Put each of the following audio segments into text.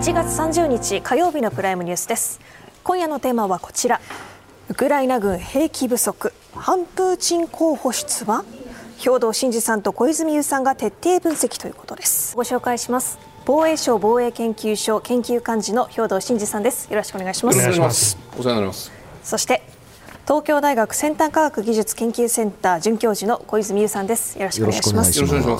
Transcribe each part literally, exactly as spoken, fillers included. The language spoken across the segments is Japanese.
ちがつさんじゅうにち火曜日のプライムニュースです。今夜のテーマはこちら。ウクライナ軍兵器不足、反プーチン候補出馬。兵頭慎治さんと小泉悠さんが徹底分析ということです。ご紹介します。防衛省防衛研究所研究幹事の兵頭慎治さんです。よろしくお願いします。 お願いします。お世話になります。 そして東京大学先端科学技術研究センター准教授の小泉悠さんです。よろしくお願いします。 よろしくお願いします。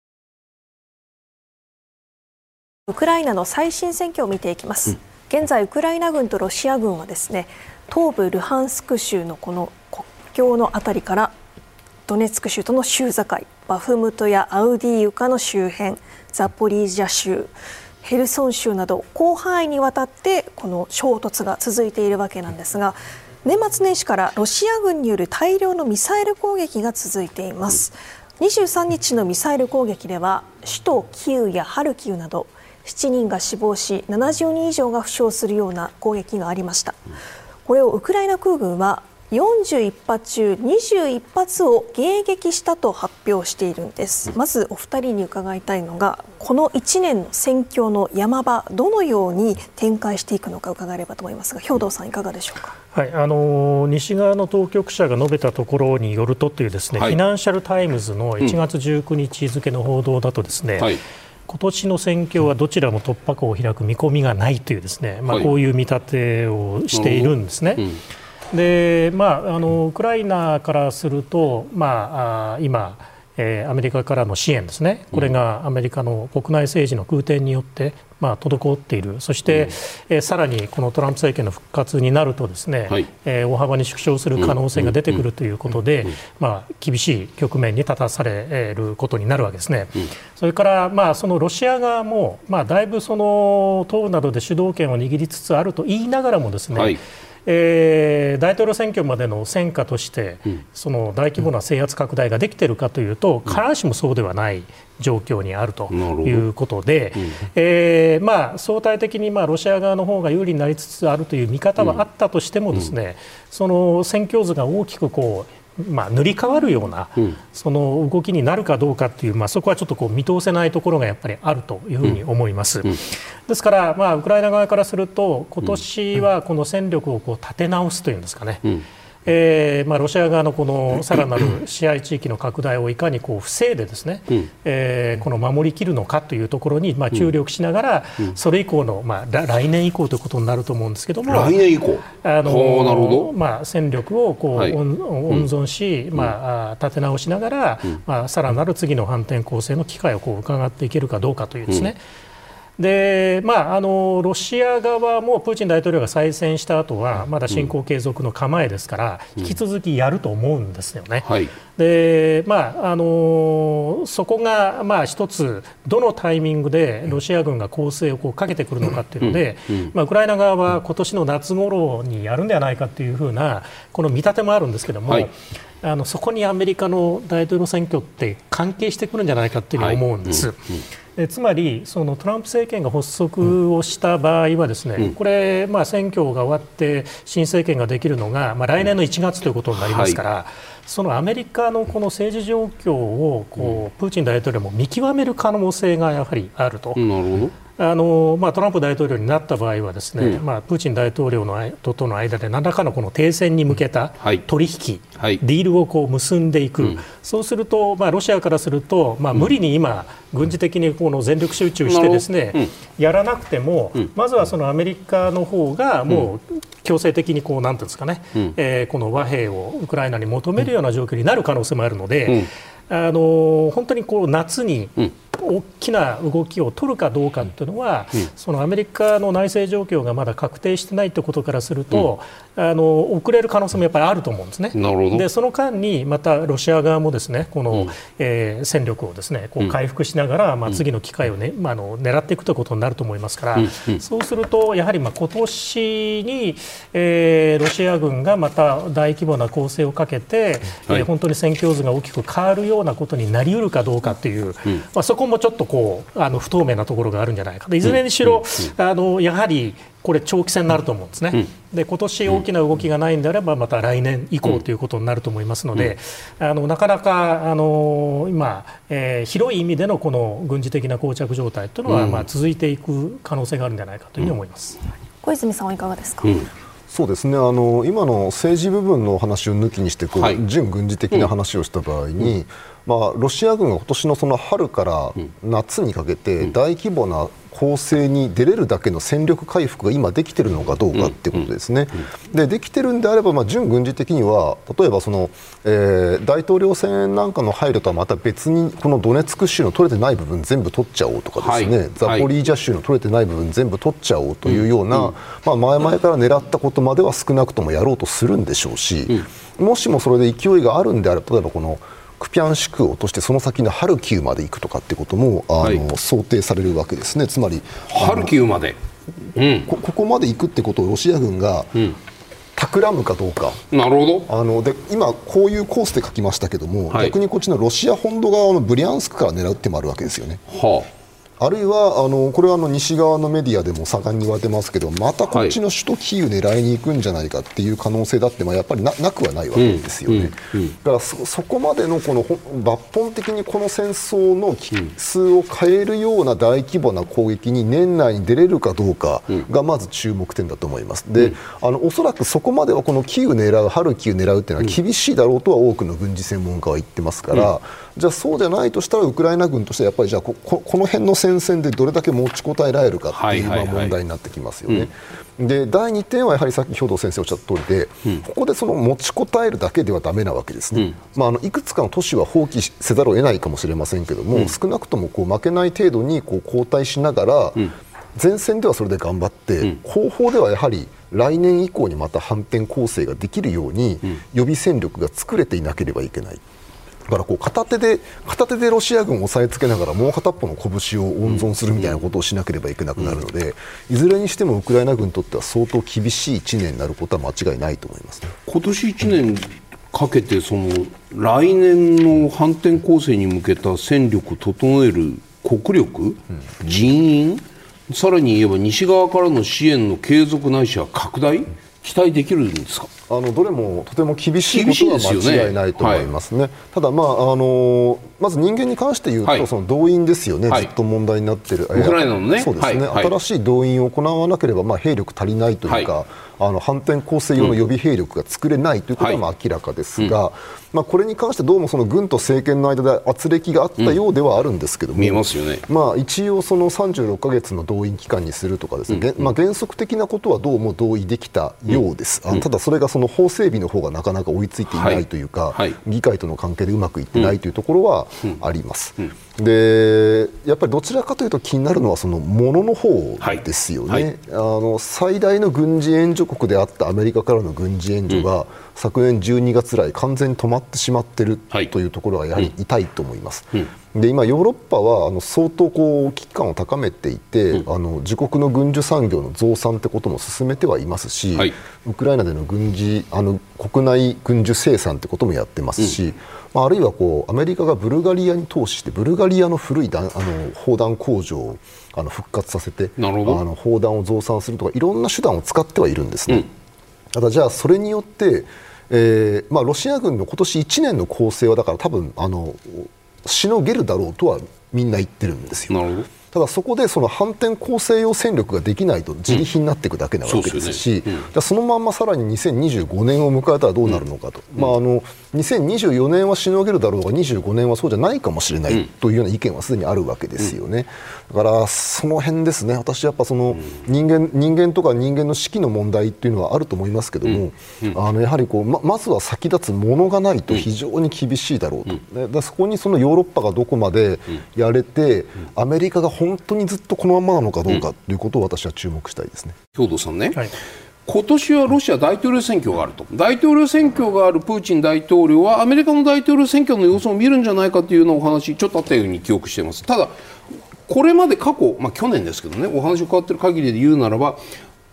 ウクライナの最新戦況を見ていきます、うん、現在ウクライナ軍とロシア軍はですね、東部ルハンスク州のこの国境のあたりからドネツク州との州境、バフムトやアウディーウカの周辺、ザポリージャ州、ヘルソン州など広範囲にわたってこの衝突が続いているわけなんですが、年末年始からロシア軍による大量のミサイル攻撃が続いています。にじゅうさんにちのミサイル攻撃では首都キーウやハルキウなどしちにんが死亡しななじゅうにん以上が負傷するような攻撃がありました。これをウクライナ空軍はよんじゅういっぱつ中にじゅういっぱつを迎撃したと発表しているんです。まずお二人に伺いたいのが、このいちねんの戦況の山場、どのように展開していくのか伺えればと思いますが、兵頭さんいかがでしょうか。 はい、あの西側の当局者が述べたところによるとというですね、はい、フィナンシャルタイムズのいちがつじゅうくにち付の報道だとですね、はい、今年の戦況はどちらも突破口を開く見込みがないというですね、まあ、こういう見立てをしているんですね。で、まあ、あのウクライナからすると、まあ、今、えー、アメリカからの支援ですね、これがアメリカの国内政治の空転によって、まあ、滞っている。そして、うん、えー、さらにこのトランプ政権の復活になるとですね、はい、えー、大幅に縮小する可能性が出てくるということで、まあ、厳しい局面に立たされることになるわけですね。うん、それから、まあ、そのロシア側も、まあ、だいぶその東部などで主導権を握りつつあると言いながらもですね、はい、えー、大統領選挙までの戦果として、うん、その大規模な制圧拡大ができているかというと、必ずしもそうではない状況にあるということで、うん、えーまあ、相対的にまあロシア側の方が有利になりつつあるという見方はあったとしてもですね、うん、その戦況図が大きくこうまあ、塗り替わるような、うん、その動きになるかどうかという、まあ、そこはちょっとこう見通せないところがやっぱりあるというふうに思います。うんうん、ですから、まあ、ウクライナ側からすると今年はこの戦力をこう立て直すというんですかね、うん、えーまあ、ロシア側のこのさらなる支配地域の拡大をいかにこう防いでですね、うん、えー、この守りきるのかというところにまあ注力しながら、うん、それ以降の、まあ、来年以降ということになると思うんですけども、 来年以降、 あのまあ、戦力をこう、はい、温存し、うん、まあ、立て直しながら、うん、まあ、さらなる次の反転攻勢の機会をこう伺っていけるかどうかというですね、うん、でまあ、あのロシア側もプーチン大統領が再選した後はまだ侵攻継続の構えですから、うん、引き続きやると思うんですよね。はい、でまあ、あのそこが、まあ、一つどのタイミングでロシア軍が攻勢をこうかけてくるのかというので、うんうん、まあ、ウクライナ側は今年の夏頃にやるんではないかというふうなこの見立てもあるんですけども、はい、あのそこにアメリカの大統領選挙って関係してくるんじゃないかというふうに思うんです。はい、うんうん、えつまりそのトランプ政権が発足をした場合はですね、うん、これ、まあ、選挙が終わって新政権ができるのが、まあ、来年のいちがつということになりますから、はい、そのアメリカのこの政治状況をこうプーチン大統領も見極める可能性がやはりあると。なるほど。あのまあ、トランプ大統領になった場合はですね、うん、まあ、プーチン大統領のととの間で何らかのこの停戦に向けた取引、はい、ディールをこう結んでいく、うん、そうすると、まあ、ロシアからすると、まあ、無理に今、うん、軍事的にこの全力集中してですね、うん、やらなくても、うん、まずはそのアメリカの方がもう強制的にこうなんていうんですかね、うん、えー、この和平をウクライナに求めるような状況になる可能性もあるので、うん、あの本当にこう夏に、うん、大きな動きを取るかどうかというのは、うん、そのアメリカの内政状況がまだ確定してないということからすると、うん、あの遅れる可能性もやっぱりあると思うんですね。なるほど。でその間にまたロシア側もですねこの、うん、えー、戦力をですねこう回復しながら、うん、まあ、次の機会を、ね、まあ、あの狙っていくということになると思いますから、うんうん、そうするとやはりまあ今年に、えー、ロシア軍がまた大規模な攻勢をかけて、はい、えー、本当に戦況図が大きく変わるようなことになりうるかどうかという、うん、まあ、そこももちょっとこうあの不透明なところがあるんじゃないかと。いずれにしろ、うんうん、あのやはりこれ長期戦になると思うんですね、うん、で今年大きな動きがないんであればまた来年以降ということになると思いますので、うん、あのなかなかあの今、えー、広い意味でのこの軍事的な膠着状態というのは、うん、まあ、続いていく可能性があるんじゃないかというふうに思います、うん、 小泉さんはいかがですか。 うん、そうですね、あの今の政治部分の話を抜きにしてこう、はい、準軍事的な話をした場合に、うん、まあ、ロシア軍が今年のその春から夏にかけて大規模な攻勢に出れるだけの戦力回復が今できているのかどうかということですね。で、できてるんであれば、まあ、準軍事的には例えばその、えー、大統領選なんかの配慮とはまた別にこのドネツク州の取れてない部分全部取っちゃおうとかですね、はい、ザポリージャ州の取れてない部分全部取っちゃおうというような、うん、まあ、前々から狙ったことまでは少なくともやろうとするんでしょうし、うん、もしもそれで勢いがあるんであれば、例えばこのクピャンシクを落としてその先のハルキウまで行くとかってこともあの、はい、想定されるわけですね。つまりハルキウまで、 うん、こ, ここまで行くってことをロシア軍が、うん、企むかどうか。 なるほど。 あので今こういうコースで書きましたけども、はい、逆にこっちのロシア本土側のブリャンスクから狙う手もあるわけですよね。はあ、あるいはあのこれはあの西側のメディアでも盛んに言われてますけど、またこっちの首都キーウ狙いに行くんじゃないかっていう可能性だって、まあやっぱり な, なくはないわけですよね、うんうんうん、だから そ, そこまでのこの抜本的にこの戦争の機数を変えるような大規模な攻撃に年内に出れるかどうかがまず注目点だと思います。で、あのおそらくそこまではこのキーウ狙う、ハルキウ狙うっていうのは厳しいだろうとは多くの軍事専門家は言ってますから、うん、じゃあそうじゃないとしたらウクライナ軍としてはやっぱりじゃあ こ, こ, この辺の戦線でどれだけ持ちこたえられるかっていう問題になってきますよね。で、だいにてんはやはりさっき兵頭先生おっしゃった通りで、うん、ここでその持ちこたえるだけではダメなわけですね、うん、まあ、あのいくつかの都市は放棄せざるを得ないかもしれませんけども、うん、少なくともこう負けない程度にこう後退しながら、うん、前線ではそれで頑張って、うん、後方ではやはり来年以降にまた反転攻勢ができるように、うん、予備戦力が作れていなければいけない。だからこう片手で片手でロシア軍を押さえつけながらもう片っぽの拳を温存するみたいなことをしなければいけなくなるので、いずれにしてもウクライナ軍にとっては相当厳しいいちねんになることは間違いないと思いますね。 今年いちねんかけてその来年の反転攻勢に向けた戦力を整える国力、うん、人員、さらに言えば西側からの支援の継続ないしは拡大、うん、期待できるんですか。 あのどれもとても厳しいことは間違いないと思いますね。はい、ただ、まあ、あのまず人間に関して言うと、はい、その動員ですよね、はい、ずっと問題になっているウクライナのね、 そうですね、はい、新しい動員を行わなければ、まあ、兵力足りないというか、はい、あの反転攻勢用の予備兵力が作れないということはまあ明らかですが、はい、まあ、これに関してどうもその軍と政権の間で圧力があったようではあるんですけども、うん、 見えますよね。 まあ、一応そのさんじゅうろっかげつの動員期間にするとかですね、うん、まあ、原則的なことはどうも同意できたようです。うん、あのただそれがその法整備の方がなかなか追いついていないというか、はいはい、議会との関係でうまくいってないというところはあります。うんうん、でやっぱりどちらかというと気になるのはその物の方ですよね。はいはい、あの最大の軍事援助国であったアメリカからの軍事援助が、うん、昨年じゅうにがつ来完全に止まってしまっているというところはやはり痛いと思います。うんうん、で今ヨーロッパはあの相当こう危機感を高めていて、うん、あの自国の軍需産業の増産ってことも進めてはいますし、はい、ウクライナでの軍事あの国内軍需生産ってこともやってますし、うん、まあ、あるいはこうアメリカがブルガリアに投資してブルガリアの古い弾あの砲弾工場をあの復活させてあの砲弾を増産するとかいろんな手段を使ってはいるんですね。うん、ただじゃあそれによって、えーまあ、ロシア軍の今年いちねんの攻勢はだから多分あのしのげるだろうとはみんな言ってるんですよ。なるほど。ただそこでその反転攻勢用戦力ができないと自利品になっていくだけなわけですし、うん、そ, う、ね、うん、じゃあそのまんまさらににせんにじゅうごねんを迎えたらどうなるのかと、うん、まあ、あのにせんにじゅうよねんはしのげるだろうがにじゅうごねんはそうじゃないかもしれないというような意見はすでにあるわけですよね。だからその辺ですね。私はやっぱその人間、人間とか人間の士気の問題っていうのはあると思いますけども、うんうん、あのやはりこう ま, まずは先立つものがないと非常に厳しいだろうと、うん、だそこにそのヨーロッパがどこまでやれて、アメリカが本当にずっとこのままなのかどうかということを私は注目したいですね。 兵頭さんね、はい、今年はロシア大統領選挙があると、大統領選挙があるプーチン大統領はアメリカの大統領選挙の様子を見るんじゃないかというようなお話ちょっとあったように記憶しています。ただこれまで過去、まあ、去年ですけどね、お話を変わっている限りで言うならば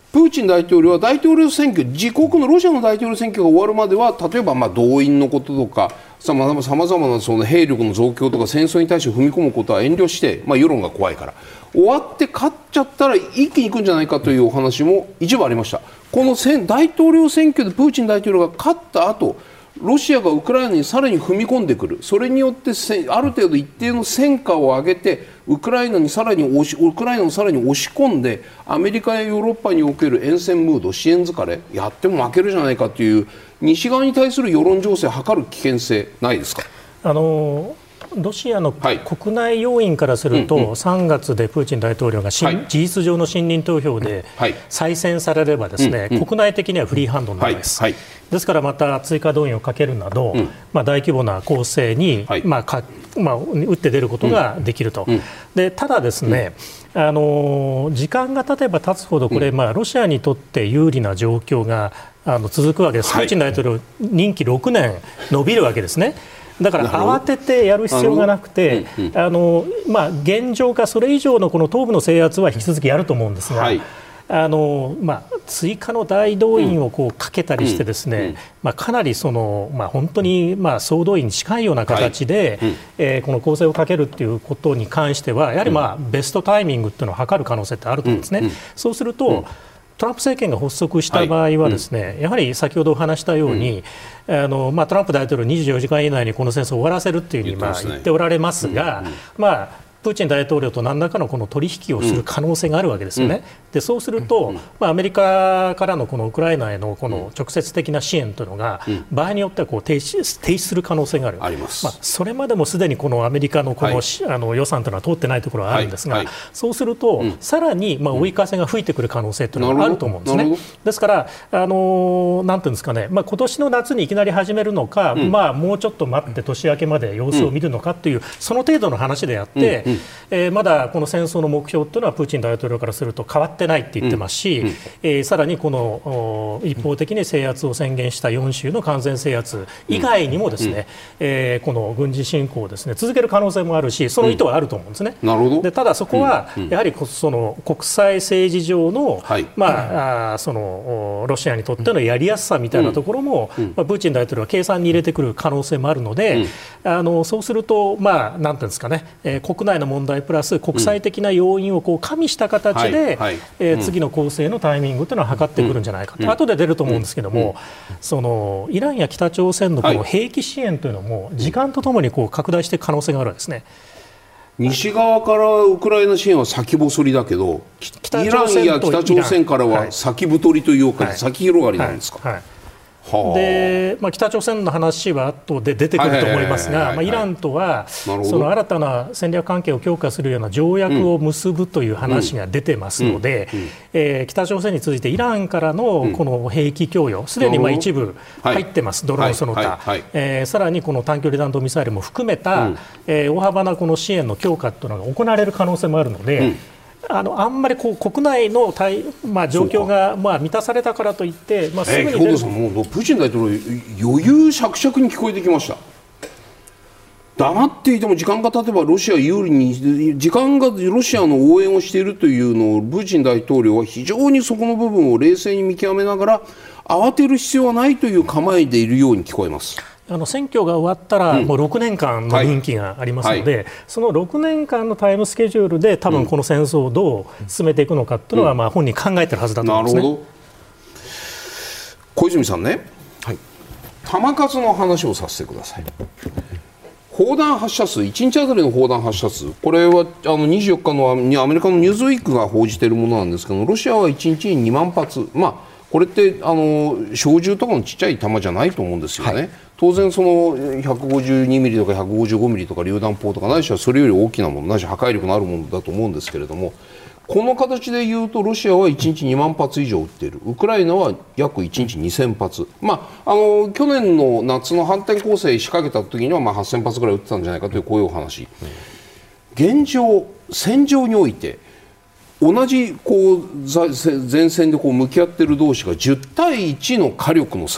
プーチン大統領は大統領選挙、自国のロシアの大統領選挙が終わるまでは、例えばまあ動員のこととか、さまざまなその兵力の増強とか戦争に対して踏み込むことは遠慮して、まあ、世論が怖いから、終わって勝っちゃったら一気にいくんじゃないかというお話も一部ありました。この大統領選挙でプーチン大統領が勝った後、ロシアがウクライナにさらに踏み込んでくる、それによってある程度一定の戦果を上げてウクライナにさらに押しウクライナをさらに押し込んで、アメリカやヨーロッパにおける厭戦ムード、支援疲れやっても負けるじゃないかという西側に対する世論情勢を図る危険性ないですか。 あのロシアの国内要因からすると、はいうんうん、さんがつでプーチン大統領が、はい、事実上の信任投票で再選されればですね、はい、国内的にはフリーハンドになります、はいはい、ですからまた追加動員をかけるなど、うんまあ、大規模な攻勢に、はいまあかまあ、打って出ることができると、うん、でただですね、うん、あの時間が経てば経つほどこれ、まあ、ロシアにとって有利な状況があの続くわけです、はい、プーチン大統領任期ろくねん伸びるわけですね。だから慌ててやる必要がなくて、あのまあ、現状かそれ以上のこの東部の制圧は引き続きやると思うんですが、はいあのまあ、追加の大動員をこうかけたりしてですね、うんうんまあ、かなりその、まあ、本当にまあ総動員に近いような形で、はいうんえー、この攻勢をかけるということに関してはやはり、まあ、ベストタイミングというのを測る可能性ってあると思うんですね。うんうん、そうすると、うんトランプ政権が発足した場合はですね、はいうん、やはり先ほどお話したように、うんあのまあ、トランプ大統領にじゅうよじかん以内にこの戦争を終わらせるというふうにまあ言っておられますが、うんうんまあプーチン大統領と何らかのこの取引をする可能性があるわけですよね。うん、でそうすると、まあ、アメリカからのこのウクライナへのこの直接的な支援というのが、うん、場合によってはこう停止、停止する可能性がある。 あります。 まあ、それまでもすでにこのアメリカのこの、はい、あの予算というのは通ってないところはあるんですが、はいはい、そうすると、うん、さらにまあ追い風が吹いてくる可能性というのがあると思うんですね。ですからあのなんていうんですかね、まあ、今年の夏にいきなり始めるのか、うんまあ、もうちょっと待って年明けまで様子を見るのかという、うん、その程度の話であって、うんうんえー、まだこの戦争の目標というのはプーチン大統領からすると変わってないって言ってますし、うんうんえー、さらにこの一方的に制圧を宣言したよん州の完全制圧以外にもですね、うんえー、この軍事侵攻をですね続ける可能性もあるし、その意図はあると思うんですね。 うん、なるほど。 でただそこはやはりその国際政治上の、はいまあ、そのロシアにとってのやりやすさみたいなところも、うんまあ、プーチン大統領は計算に入れてくる可能性もあるので、うん、あのそうすると、まあ、なんていうんですかね、えー、国内の問題プラス国際的な要因をこう加味した形で、うんはいはいえー、次の攻勢のタイミングというのは測ってくるんじゃないかと、うん、後で出ると思うんですけども、うん、そのイランや北朝鮮のこの兵器支援というのも時間とともにこう拡大していく可能性があるわけですね。 西側からウクライナ支援は先細りだけど、イランや北朝鮮からは先太りというか、はい、先広がりなんですか。はいはいでまあ、北朝鮮の話は後で出てくると思いますが、イランとはその新たな戦略関係を強化するような条約を結ぶという話が出てますので、うんうんえー、北朝鮮に続いてイランからのこの兵器供与、すでにまあ一部入ってます、ドローンその他、えー、さらにこの短距離弾道ミサイルも含めた、うんえー、大幅なこの支援の強化というのが行われる可能性もあるので、うんあのあんまりこう国内の対、まあ、状況がまあ満たされたからといって、まあ、すぐに出る、 えー、さんもうプーチン大統領余裕しゃくしゃくに聞こえてきました。黙っていても時間が経てばロシア有利に時間がロシアの応援をしているというのをプーチン大統領は非常にそこの部分を冷静に見極めながら慌てる必要はないという構えでいるように聞こえます。 あの選挙が終わったらもうろくねんかんの任期がありますので、はいはい、そのろくねんかんのタイムスケジュールで多分この戦争をどう進めていくのかというのはまあ本人考えてるはずだと思いますね。なるほど。 小泉さんね、はい、弾数の話をさせてください。砲弾発射数、いちにちあたりの砲弾発射数、これはあのにじゅうよっかのアメリカのニューズウィークが報じているものなんですけど、ロシアはいちにちににまんぱつ、まあこれってあの小銃とかのちっちゃい弾じゃないと思うんですよね。はい、当然そのひゃくごじゅうにミリとかひゃくごじゅうごミリとか榴弾砲とかないしはそれより大きなもの、ないし破壊力のあるものだと思うんですけれども、この形でいうとロシアはいちにちにまんぱつ以上撃っている、ウクライナは約いちにちにせんぱつ、まあ、あの去年の夏の反転攻勢仕掛けた時にはまあはっせんぱつぐらい撃ってたんじゃないかというこういうお話、現状戦場において同じこう前線でこう向き合っている同士がじゅうたいいちの火力の差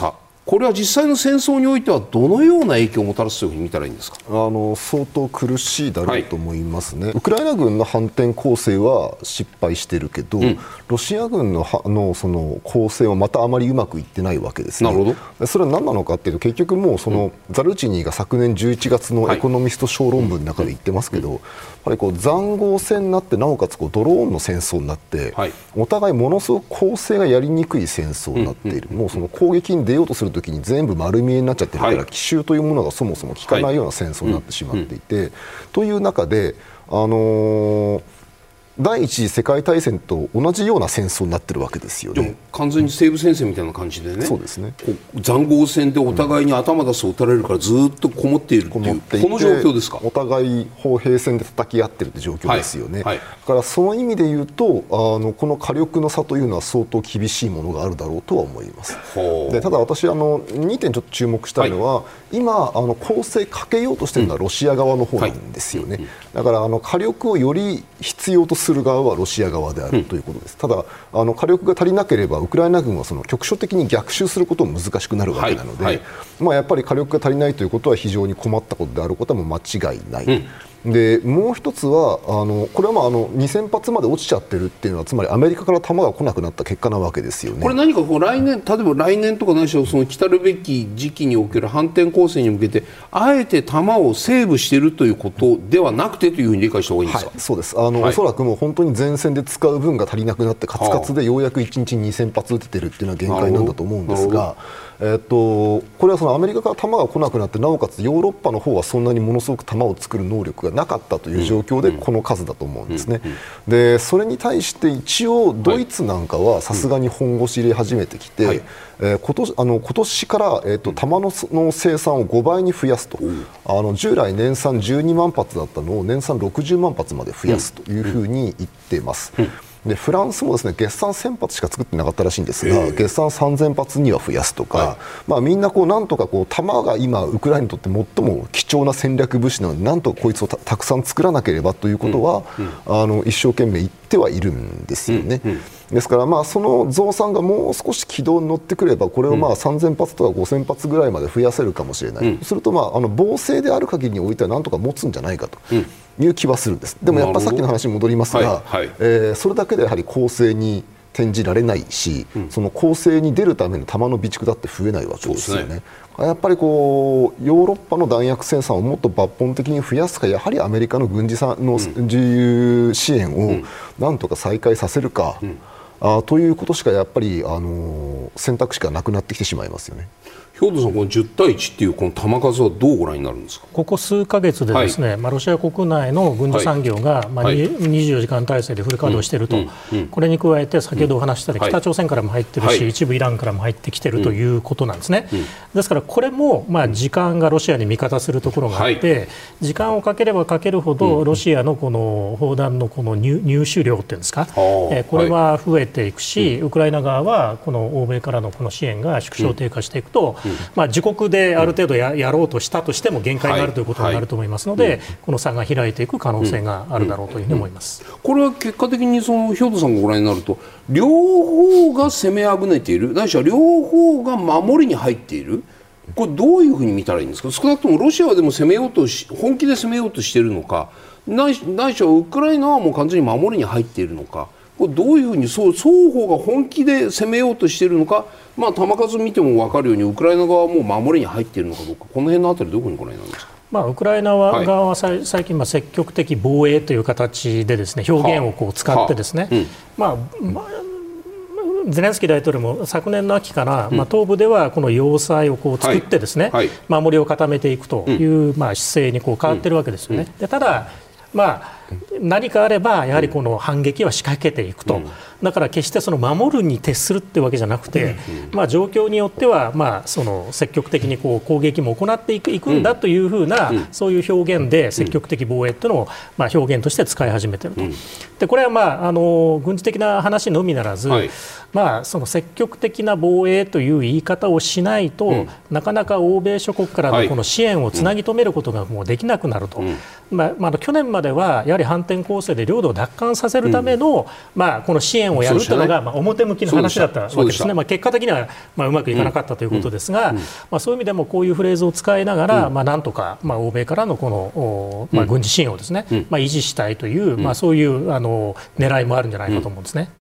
これは実際の戦争においてはどのような影響をもたらすというふうに見たらいいんですか。 あの相当苦しいだろうと思いますね、はい、ウクライナ軍の反転攻勢は失敗しているけど、うん、ロシア軍 の, の, その攻勢はまたあまりうまくいってないわけですね。 なるほど。 それは何なのかというと、結局もうその、うん、ザルチニーが昨年じゅういちがつのエコノミスト小論文の中で言ってますけど、はい、やっぱりこう塹壕戦になって、なおかつこうドローンの戦争になって、はい、お互いものすごく攻勢がやりにくい戦争になっている、うん、もうその攻撃に出ようとするときに全部丸見えになっちゃってるから、はい、奇襲というものがそもそも効かないような戦争になってしまっていて、はい、うん、という中で、あのー、第一次世界大戦と同じような戦争になってるわけですよね。 でも完全に西部戦線みたいな感じでね、 そうですね、 塹壕戦でお互いに頭出す撃たれるからずっとこもっているっていう、この状況ですか。 お互い砲兵戦で叩き合ってるって状況ですよね、はいはい、だからその意味で言うと、あのこの火力の差というのは相当厳しいものがあるだろうとは思います。でただ私あのにてんちょっと注目したいのは、はい、今あの攻勢かけようとしているのはロシア側の方なんですよね、はい、だからあの火力をより必要とする側はロシア側であるということです、うん、ただあの火力が足りなければウクライナ軍はその局所的に逆襲することも難しくなるわけなので、はいはい、まあ、やっぱり火力が足りないということは非常に困ったことであることはもう間違いない、うんでもう一つはあのこれはまああのにせんぱつまで落ちちゃってるっていうのは、つまりアメリカから弾が来なくなった結果なわけですよね。 これ何かこう来年、例えば来年とか何しろその来たるべき時期における反転攻勢に向けてあえて弾をセーブしているということではなくてというふうに理解した方がいいんですか。 はい、そうです。あの、はい、おそらくもう本当に前線で使う分が足りなくなってカツカツでようやくいちにちにせんぱつ撃ててるっていうのは限界なんだと思うんですが、えっと、これはそのアメリカから弾が来なくなって、なおかつヨーロッパの方はそんなにものすごく弾を作る能力がなかったという状況でこの数だと思うんですね。でそれに対して一応ドイツなんかはさすがに本腰入れ始めてきて、はい、えー、今年あの今年から、えー、と弾 の, の生産をごばいに増やすと、あの従来年産じゅうにまんぱつだったのを年産ろくじゅうまんぱつまで増やすというふうに言っています。でフランスもですね、月産せんぱつしか作ってなかったらしいんですが、月産さんぜんぱつには増やすとか、はい、まあ、みんなこうなんとかこう弾が今ウクライナにとって最も貴重な戦略物資なので、なんとかこいつを た, たくさん作らなければということは、うんうん、あの一生懸命言ってはいるんですよね。うんうん、ですからまあその増産がもう少し軌道に乗ってくれば、これをまあさんぜんぱつとかごせんぱつぐらいまで増やせるかもしれない、うん、するとまああの防勢である限りにおいてはなんとか持つんじゃないかと。うん、いう気はするんです。でもやっぱさっきの話に戻りますが、はいはい、えー、それだけでやはり攻勢に転じられないし、うん、その攻勢に出るための弾の備蓄だって増えないわけですよね。やっぱりこうヨーロッパの弾薬生産をもっと抜本的に増やすか、やはりアメリカの軍事産の自由支援をなんとか再開させるか、うん、あということしかやっぱり、あのー、選択肢がなくなってきてしまいますよね。 兵頭さん、このじゅうたいいちっていうこの弾数はどうご覧になるんですか。 ここ数ヶ月でですね、はい、まあ、ロシア国内の軍事産業が、はい、まあ、にじゅうよじかん体制でフル稼働していると、うんうん、これに加えて先ほどお話したように、北朝鮮からも入っているし、はい、一部イランからも入ってきているということなんですね。うんうん、ですからこれも、まあ、時間がロシアに味方するところがあって、はい、時間をかければかけるほどロシアのこの砲弾のこの 入, 入手量っていうんですか、えー、これは増えていくし、はい、ウクライナ側はこの欧米からのこの支援が縮小低下していくと、うんうん、まあ、自国である程度 や, やろうとしたとしても限界があるということになると思いますので、はいはい、この差が開いていく可能性があるだろうというふうに思います。 うんうん、これは結果的にその兵頭さんがご覧になると、両方が攻めあぐねている、ないしは両方が守りに入っている、これどういうふうに見たらいいんですか。少なくともロシアはでも攻めようとし本気で攻めようとしているのか、ないしはウクライナはもう完全に守りに入っているのか、これどういうふうにそう双方が本気で攻めようとしているのか、まあ、弾数見ても分かるようにウクライナ側はもう守りに入っているのかどうか、この辺のあたりどこにご覧になりますか。 まあ、ウクライナ側は最近、まあ、積極的防衛という形でですね、表現をこう使ってですね、まあまあ、ゼレンスキー大統領も昨年の秋から、うん、まあ、東部ではこの要塞をこう作ってですね、はいはい、守りを固めていくという、まあ、姿勢にこう変わっているわけですよね。でただまあ、何かあればやはりこの反撃は仕掛けていくと、うん、だから決してその守るに徹するっていうわけじゃなくて、うん、まあ、状況によってはまあその積極的にこう攻撃も行っていく、いくんだというふうな、うん、そういう表現で積極的防衛というのをまあ表現として使い始めていると、うん、でこれはまああの軍事的な話のみならず、はい、まあ、その積極的な防衛という言い方をしないと、うん、なかなか欧米諸国からのこの支援をつなぎ止めることがもうできなくなると、はい、まあまあ、去年まではややはり反転攻勢で領土を奪還させるための、うんまあ、この支援をやるというのが、まあ、表向きの話だったわけですね。まあ、結果的には、まあ、うまくいかなかったということですが、うんうんまあ、そういう意味でもこういうフレーズを使いながら、うんまあ、なんとか、まあ、欧米からのこの、まあ、軍事支援をですね、うんまあ、維持したいという、まあ、そういうあの狙いもあるんじゃないかと思うんですね。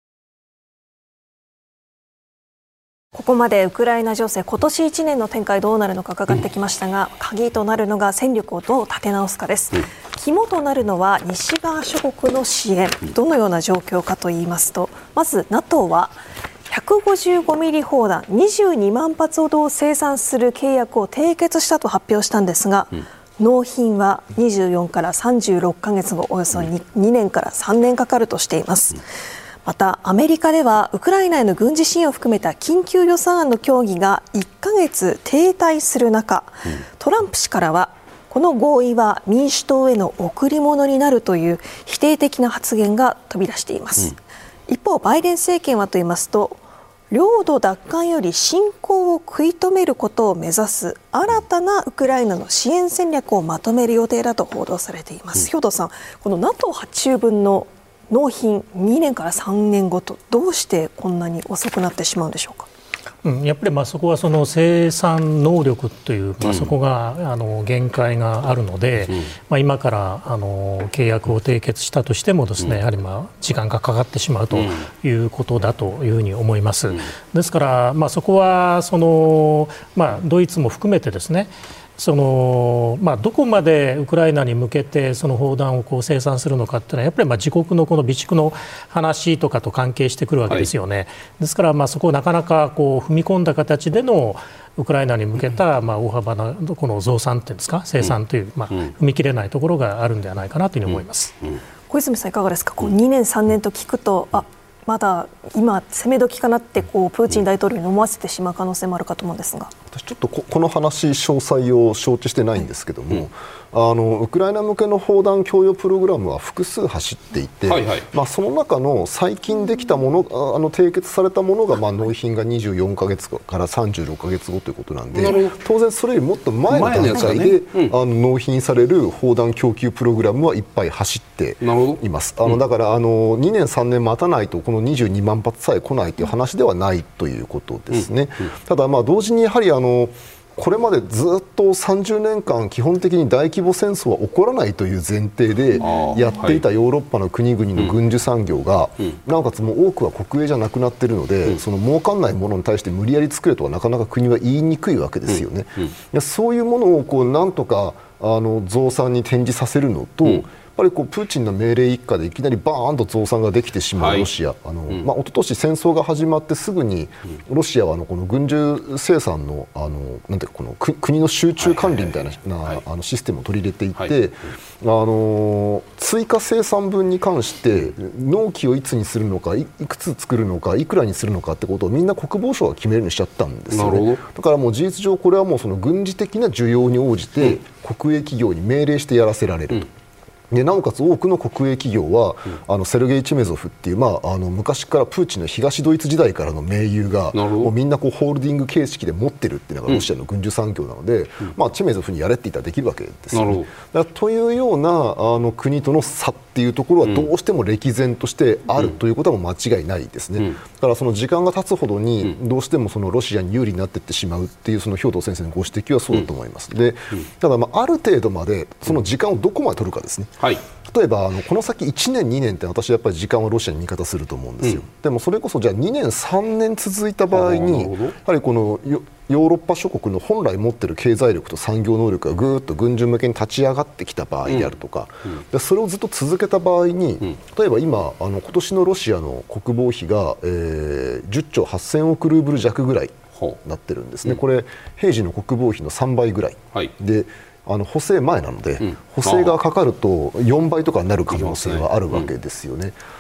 ここまでウクライナ情勢、今年いちねんの展開どうなるのか伺ってきましたが、うん、鍵となるのが戦力をどう立て直すかです、うん、肝となるのは西側諸国の支援、どのような状況かといいますと、まず ナトー はひゃくごじゅうごミリ砲弾にじゅうにまんぱつほどを生産する契約を締結したと発表したんですが、うん納品はにじゅうよんからさんじゅうろっかげつご、およそ 2, にねんからさんねんかかるとしています。またアメリカではウクライナへの軍事支援を含めた緊急予算案の協議がいっかげつ停滞する中、トランプ氏からはこの合意は民主党への贈り物になるという否定的な発言が飛び出しています。一方バイデン政権はと言いますと、領土奪還より侵攻を食い止めることを目指す新たなウクライナの支援戦略をまとめる予定だと報道されています。兵頭さん、この ナトー 発注分の納品にねんからさんねんごと、どうしてこんなに遅くなってしまうんでしょうか。 うん、やっぱりまあそこはその生産能力という、まあ、そこがあの限界があるので、うんまあ、今からあの契約を締結したとしてもですね、うん、やはりまあ時間がかかってしまうということだというふうに思います。うん、ですから、まあ、そこはその、まあ、ドイツも含めてですね、そのまあ、どこまでウクライナに向けてその砲弾をこう生産するのかというのはやっぱりまあ自国のこの備蓄の話とかと関係してくるわけですよね。はい、ですからまあそこをなかなかこう踏み込んだ形でのウクライナに向けたまあ大幅なこの増産というんですか、生産というまあ踏み切れないところがあるんではないかなというふうに思います。うんうん、 小泉さんいかがですか。こうにねんさんねんと聞くと、あまだ今攻め時かなってこうプーチン大統領に思わせてしまう可能性もあるかと思うんですが、 私ちょっと こ, この話詳細を承知してないんですけども、うん、あのウクライナ向けの砲弾供与プログラムは複数走っていて、はいはいまあ、その中の最近できたもの、あの締結されたものが、まあ、納品がにじゅうよんかげつからさんじゅうろっかげつごということなんで、当然それよりもっと前の段階で、ねうん、あの納品される砲弾供給プログラムはいっぱい走っています。あのだからあのにねんさんねん待たないとこのにじゅうにまんぱつさえ来ないという話ではないということですね。うんうん、ただまあ同時にやはりあのこれまでずっとさんじゅうねんかん基本的に大規模戦争は起こらないという前提でやっていたヨーロッパの国々の軍需産業が、なおかつもう多くは国営じゃなくなっているので、その儲かんないものに対して無理やり作れとはなかなか国は言いにくいわけですよね。いやそういうものをこうなんとかあの増産に転じさせるのと、やっぱりこうプーチンの命令一下でいきなりバーンと増産ができてしまうロシア、はいあのうんまあ、一昨年戦争が始まってすぐにロシアはあのこの軍需生産の、あのなんていうかこの国の集中管理みたいな、はいはい、あのシステムを取り入れていって、はいあの追加生産分に関して納期をいつにするのか い, いくつ作るのかいくらにするのかってことをみんな国防省が決めるようにしちゃったんですよね。だからもう事実上これはもうその軍事的な需要に応じて国営企業に命令してやらせられると。うんでなおかつ多くの国営企業は、うん、あのセルゲイ・チメゾフっていう、まあ、あの昔からプーチンの東ドイツ時代からの盟友がもうみんなこうホールディング形式で持ってるっていうのがロシアの軍需産業なので、うんまあ、チメゾフにやれって言ったらできるわけですよね。だというようなあの国との差っていうところはどうしても歴然としてあるということはもう間違いないですね。うん、だからその時間が経つほどにどうしてもそのロシアに有利になっていってしまうっていうその兵頭先生のご指摘はそうだと思います。でただまあある程度までその時間をどこまで取るかですね。はい例えばあのこの先いちねんにねんって私はやっぱり時間はロシアに味方すると思うんですよ。うん、でもそれこそじゃあにねんさんねん続いた場合にやはりこのヨーロッパ諸国の本来持っている経済力と産業能力がぐーっと軍需向けに立ち上がってきた場合であるとか、うんうん、でそれをずっと続けた場合に、うん、例えば今あの今年のロシアの国防費が、えー、じゅっちょうはっせんおくルーブル弱ぐらいになってるんですね。これ平時の国防費のさんばいぐらい、はい、であの補正前なので、うん、補正がかかるとよんばいとかになる可能性はあるわけですよね。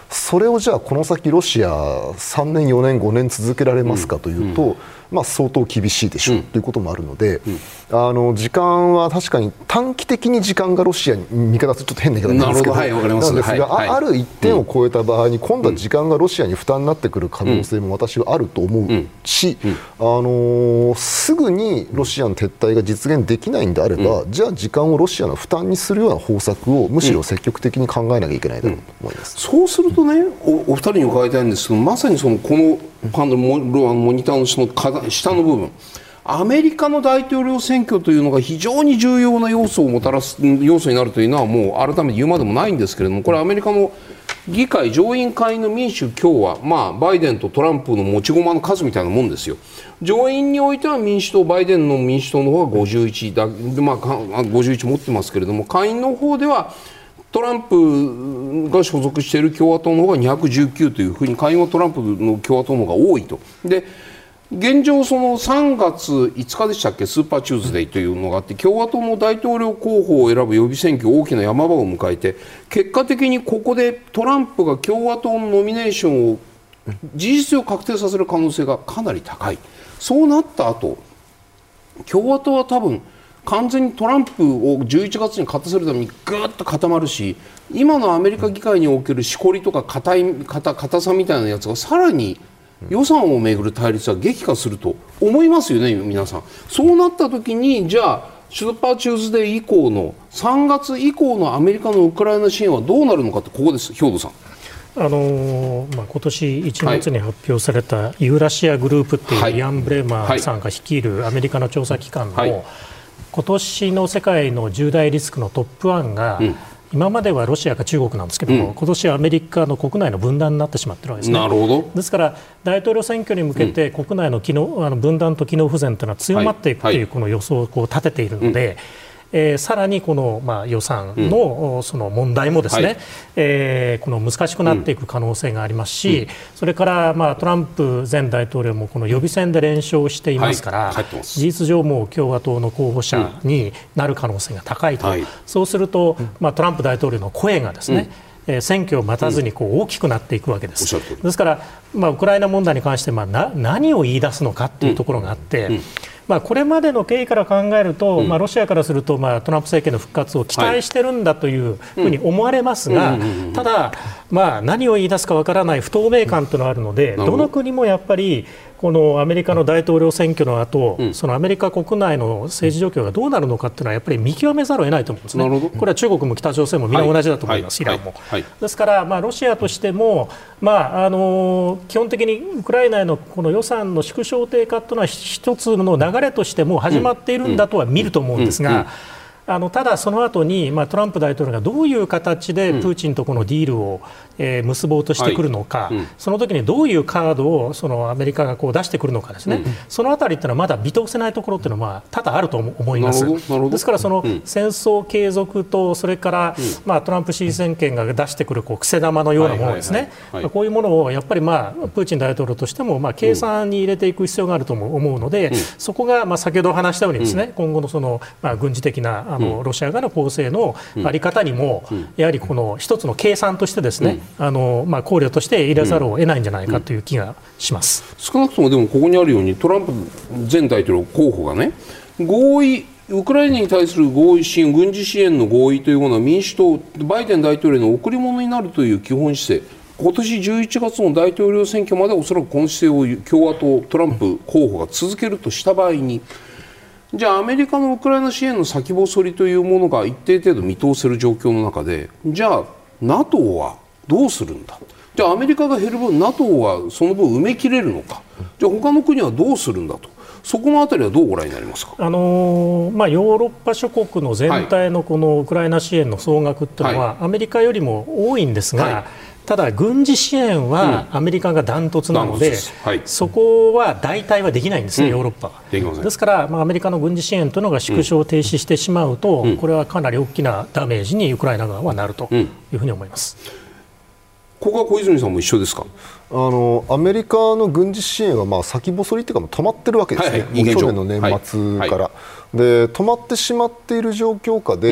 それをじゃあこの先ロシアさんねんよねんごねん続けられますかというと、うんうん、まあ、相当厳しいでしょう、うん、ということもあるので、うん、あの時間は確かに短期的に時間がロシアに味方するちょっと変な言い方なんですけど、はい、なんですが、はい、ある一点を超えた場合に今度は時間がロシアに負担になってくる可能性も私はあると思うし、うんうん、あのー、すぐにロシアの撤退が実現できないんであれば、うん、じゃあ時間をロシアの負担にするような方策をむしろ積極的に考えなきゃいけないだろうと思います、 うんうん、そうするとね、お, お二人に伺いたいんですけど、まさにそのこのパンのモモニターの下の下の部分、アメリカの大統領選挙というのが非常に重要な要素をもたらす要素になるというのはもう改めて言うまでもないんですけれども、これはアメリカの議会上院下院の民主共和、まあ、バイデンとトランプの持ち駒の数みたいなもんですよ。上院においては民主党、バイデンの民主党の方がごじゅういちだ、まあ、ごじゅういち持ってますけれども、下院の方ではトランプが所属している共和党の方がにひゃくじゅうきゅうというふうに、下院はトランプの共和党の方が多いと。で現状そのさんがついつかでしたっけ、スーパーチューズデーというのがあって、共和党の大統領候補を選ぶ予備選挙大きな山場を迎えて、結果的にここでトランプが共和党のノミネーションを事実上確定させる可能性がかなり高い。そうなった後、共和党は多分完全にトランプをじゅういちがつに勝たせるためにぐっと固まるし、今のアメリカ議会におけるしこりとか硬い硬硬さみたいなやつがさらに予算をめぐる対立は激化すると思いますよね、皆さん。そうなった時に、じゃあスーパーチューズデー以降のさんがつ以降のアメリカのウクライナ支援はどうなるのかって、ここです、兵頭さん。 あのーまあ、今年いちがつに発表されたユーラシアグループっていう、はい、イアン・ブレーマーさんが率いるアメリカの調査機関の、はい、今年の世界の重大リスクのトップワンが、うん、今まではロシアか中国なんですけども、うん、今年はアメリカの国内の分断になってしまっているわけですね。 なるほど。 ですから大統領選挙に向けて国内の機能、あの分断と機能不全というのは強まっていくというこの予想をこう立てているので、うん、えー、さらにこの、まあ、予算の、うん、その問題もですね、はい、えー、この難しくなっていく可能性がありますし、うん、それから、まあ、トランプ前大統領もこの予備選で連勝していますから、はい、事実上もう共和党の候補者になる可能性が高いと、はい、そうすると、まあ、トランプ大統領の声がですね、うん、選挙を待たずにこう大きくなっていくわけです。うん、ですから、まあ、ウクライナ問題に関して、まあ、な何を言い出すのかというところがあって、うんうん、まあ、これまでの経緯から考えると、うん、まあ、ロシアからすると、まあ、トランプ政権の復活を期待してるんだというふうに思われますが、ただ、まあ、何を言い出すかわからない不透明感というのがあるので、どの国もやっぱりこのアメリカの大統領選挙の後、うん、そのアメリカ国内の政治状況がどうなるのかというのはやっぱり見極めざるを得ないと思うんですね。これは中国も北朝鮮もみんな同じだと思います、はい、イランも、はいはい、ですから、まあ、ロシアとしても、まあ、あの基本的にウクライナへのこの予算の縮小低下というのは一つの流れとしても始まっているんだとは見ると思うんですが、あのただ、その後に、まあ、トランプ大統領がどういう形でプーチンとこのディールを、えー、結ぼうとしてくるのか、はい、うん、その時にどういうカードをそのアメリカがこう出してくるのかですね、うん、そのあたりというのはまだ見通せないところというのは、まあ、多々あると思います。ですから、その戦争継続と、それから、うん、まあ、トランプ支持政権が出してくるこう癖玉のようなものですね、こういうものをやっぱり、まあ、プーチン大統領としても、まあ、計算に入れていく必要があると思うので、うん、そこが、まあ、先ほど話したようにですね、うん、今後のその、まあ、軍事的なあの、うん、ロシア側の攻勢のあり方にも、うん、やはりこの一つの計算としてですね、うん、あのまあ、考慮として入れざるを得ないんじゃないかという気がします。 うん、少なくともでもここにあるようにトランプ前大統領候補がね、合意ウクライナに対する合意支援、軍事支援の合意というものは民主党バイデン大統領の贈り物になるという基本姿勢、今年じゅういちがつの大統領選挙までおそらくこの姿勢を共和党トランプ候補が続けるとした場合に、じゃあアメリカのウクライナ支援の先細りというものが一定程度見通せる状況の中で、じゃあ NATO はどうするんだ、じゃあアメリカが減る分 NATO はその分埋めきれるのか、じゃあ他の国はどうするんだと、そこのあたりはどうご覧になりますか。 あのーまあ、ヨーロッパ諸国の全体のこのウクライナ支援の総額というのは、はい、アメリカよりも多いんですが、はい、ただ軍事支援はアメリカがダントツなので、うん、はい、そこは代替はできないんですね、うん、ヨーロッパは。でですから、まあ、アメリカの軍事支援というのが縮小停止してしまうと、うん、これはかなり大きなダメージにウクライナ側はなるというふうに思います。 ここは小泉さんも一緒ですか。 あのアメリカの軍事支援はまあ先細りというかもう止まってるわけですね、はいはい、去年の年末から、はいはい、で止まってしまっている状況下で、うん、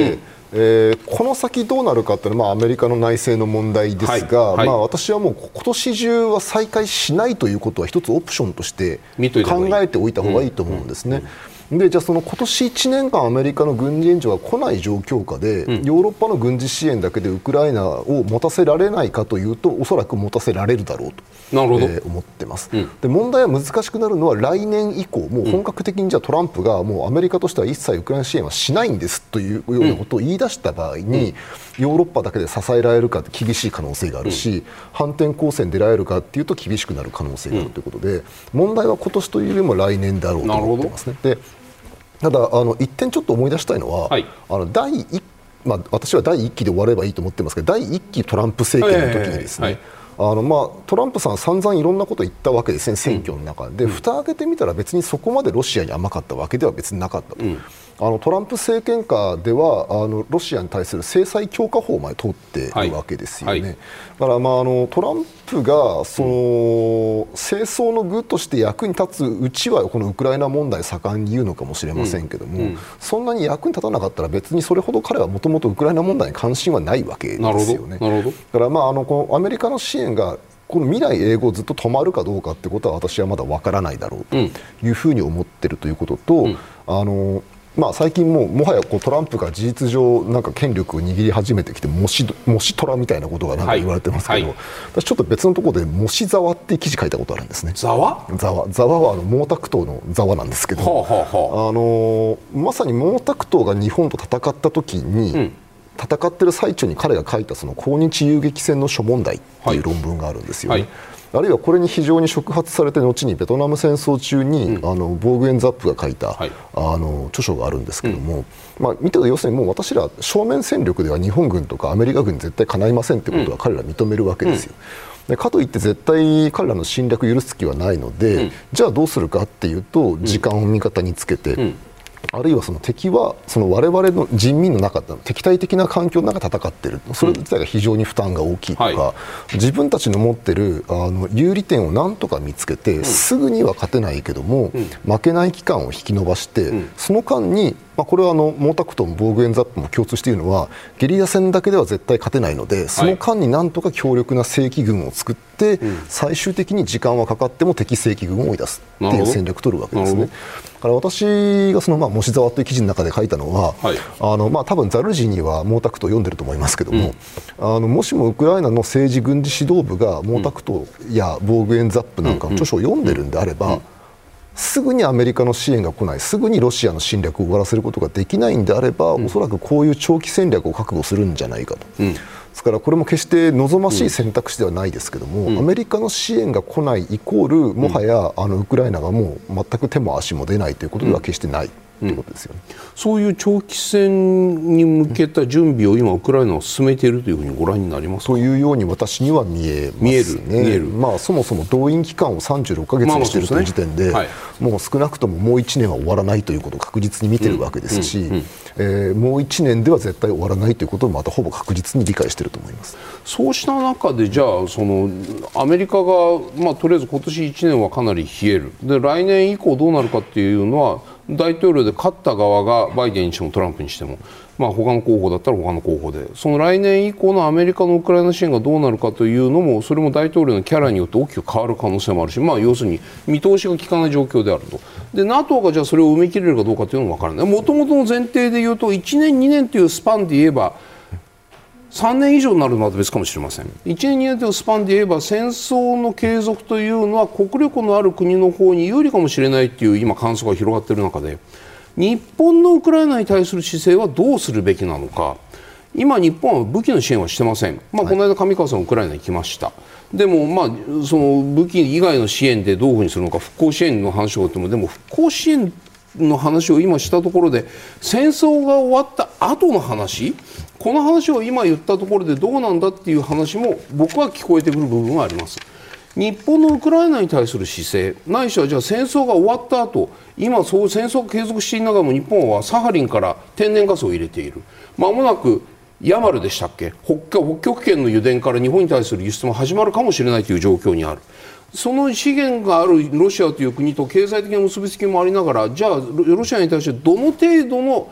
えー、この先どうなるかというのは、まあ、アメリカの内政の問題ですが、はいはい、まあ、私はもう今年中は再開しないということは一つオプションとして考えておいた方がいいと思うんですね。でじゃあその今年いちねんかんアメリカの軍事援助が来ない状況下で、うん、ヨーロッパの軍事支援だけでウクライナを持たせられないかというとおそらく持たせられるだろうと、なるほど、えー、思ってます、うん、で問題は難しくなるのは来年以降もう本格的にじゃあトランプがもうアメリカとしては一切ウクライナ支援はしないんですというようなことを言い出した場合に、うん、ヨーロッパだけで支えられるかって厳しい可能性があるし、うん、反転攻勢に出られるかというと厳しくなる可能性があるということで、うん、問題は今年というよりも来年だろうと思ってますね。でただあの一点ちょっと思い出したいのは、はい、あの第一、まあ、私はだいいっきで終わればいいと思ってますけどだいいっきトランプ政権の時にですね、はいはいはい、あのまあ、トランプさん散々いろんなこと言ったわけですね、選挙の中で、うん、蓋を開けてみたら別にそこまでロシアに甘かったわけでは別になかったと、うん、あのトランプ政権下ではあのロシアに対する制裁強化法まで通っているわけですよね、はいはい、だから、まあ、あのトランプがその政争の具として役に立つうちはこのウクライナ問題盛んに言うのかもしれませんけども、うんうん、そんなに役に立たなかったら別にそれほど彼はもともとウクライナ問題に関心はないわけですよね。なるほど。だから、まあ、あのこのアメリカの支援がこの未来永劫ずっと止まるかどうかってことは私はまだわからないだろうというふうに思っているということと、うん、あのまあ、最近ももはやこうトランプが事実上なんか権力を握り始めてきてもしもしトラみたいなことがなんか言われてますけど、はいはい、私ちょっと別のところでもしざわっていう記事書いたことあるんですね。ざわざわざわはあの毛沢東のざわなんですけど、はあはあ、あのまさに毛沢東が日本と戦った時に、うん、戦ってる最中に彼が書いたその抗日遊撃戦の諸問題っていう論文があるんですよね、はいはい、あるいはこれに非常に触発されて後にベトナム戦争中に、うん、あのボーグエンザップが書いた、はい、あの著書があるんですけども、うん、まあ、見てる要するにもう私ら正面戦力では日本軍とかアメリカ軍に絶対かないませんってことは彼ら認めるわけですよ、うん、でかといって絶対彼らの侵略を許す気はないので、うん、じゃあどうするかっていうと時間を味方につけて、うんうん、あるいはその敵はその我々の人民の中で敵対的な環境の中で戦っている、それ自体が非常に負担が大きいとか、はい、自分たちの持っているあの有利点を何とか見つけて、うん、すぐには勝てないけども、うん、負けない期間を引き延ばして、うん、その間に、まあ、これはあの毛沢東もボーグエンザップも共通しているのはゲリラ戦だけでは絶対勝てないので、その間に何とか強力な正規軍を作って、はい、最終的に時間はかかっても敵正規軍を追い出すっていう戦略を取るわけですね。だから私がそのまあモシザワという記事の中で書いたのは、はい、あのまあ多分ザルジーには毛沢東を読んでると思いますけども、うん、あのもしもウクライナの政治軍事指導部が毛沢東やボーグエンザップなんかの著書を読んでるんであれば、うんうん、すぐにアメリカの支援が来ない、すぐにロシアの侵略を終わらせることができないんであれば、うん、おそらくこういう長期戦略を覚悟するんじゃないかと、うん、ですからこれも決して望ましい選択肢ではないですけども、うん、アメリカの支援が来ないイコールもはやあのウクライナがもう全く手も足も出ないということでは決してない、うんということですよね。 そういう長期戦に向けた準備を今ウクライナは進めているというふうにご覧になりますか。 というように私には見えますね。見える見える、まあ、そもそも動員期間をさんじゅうろっかげつにしているという時点で、まあまあそうですね、はい、もう少なくとももういちねんは終わらないということを確実に見ているわけですし、うんうんうん、えー、もういちねんでは絶対終わらないということをまたほぼ確実に理解していると思います。 そうした中でじゃあそのアメリカが、まあ、とりあえず今年いちねんはかなり冷えるで来年以降どうなるかっていうのは大統領で勝った側がバイデンにしてもトランプにしても、まあ、他の候補だったら他の候補でその来年以降のアメリカのウクライナ支援がどうなるかというのもそれも大統領のキャラによって大きく変わる可能性もあるし、まあ、要するに見通しが利かない状況であるとで NATO がじゃあそれを埋め切れるかどうかというのも分からないもともとの前提でいうといちねんにねんというスパンで言えばさんねん以上になるのは別かもしれません。いちねんにねんというスパンで言えば戦争の継続というのは国力のある国の方に有利かもしれないという今感想が広がっている中で日本のウクライナに対する姿勢はどうするべきなのか。今日本は武器の支援はしてません、まあ、この間上川さんウクライナに来ました、はい、でも、まあ、その武器以外の支援でどういうふうにするのか復興支援の話を言ってもでも復興支援の話を今したところで戦争が終わった後の話この話を今言ったところでどうなんだっていう話も僕は聞こえてくる部分はあります。日本のウクライナに対する姿勢ないしはじゃあ戦争が終わった後今そう戦争が継続していながらも日本はサハリンから天然ガスを入れているまもなくヤマルでしたっけ 北, 北極圏の油田から日本に対する輸出も始まるかもしれないという状況にあるその資源があるロシアという国と経済的な結びつきもありながらじゃあロシアに対してどの程度の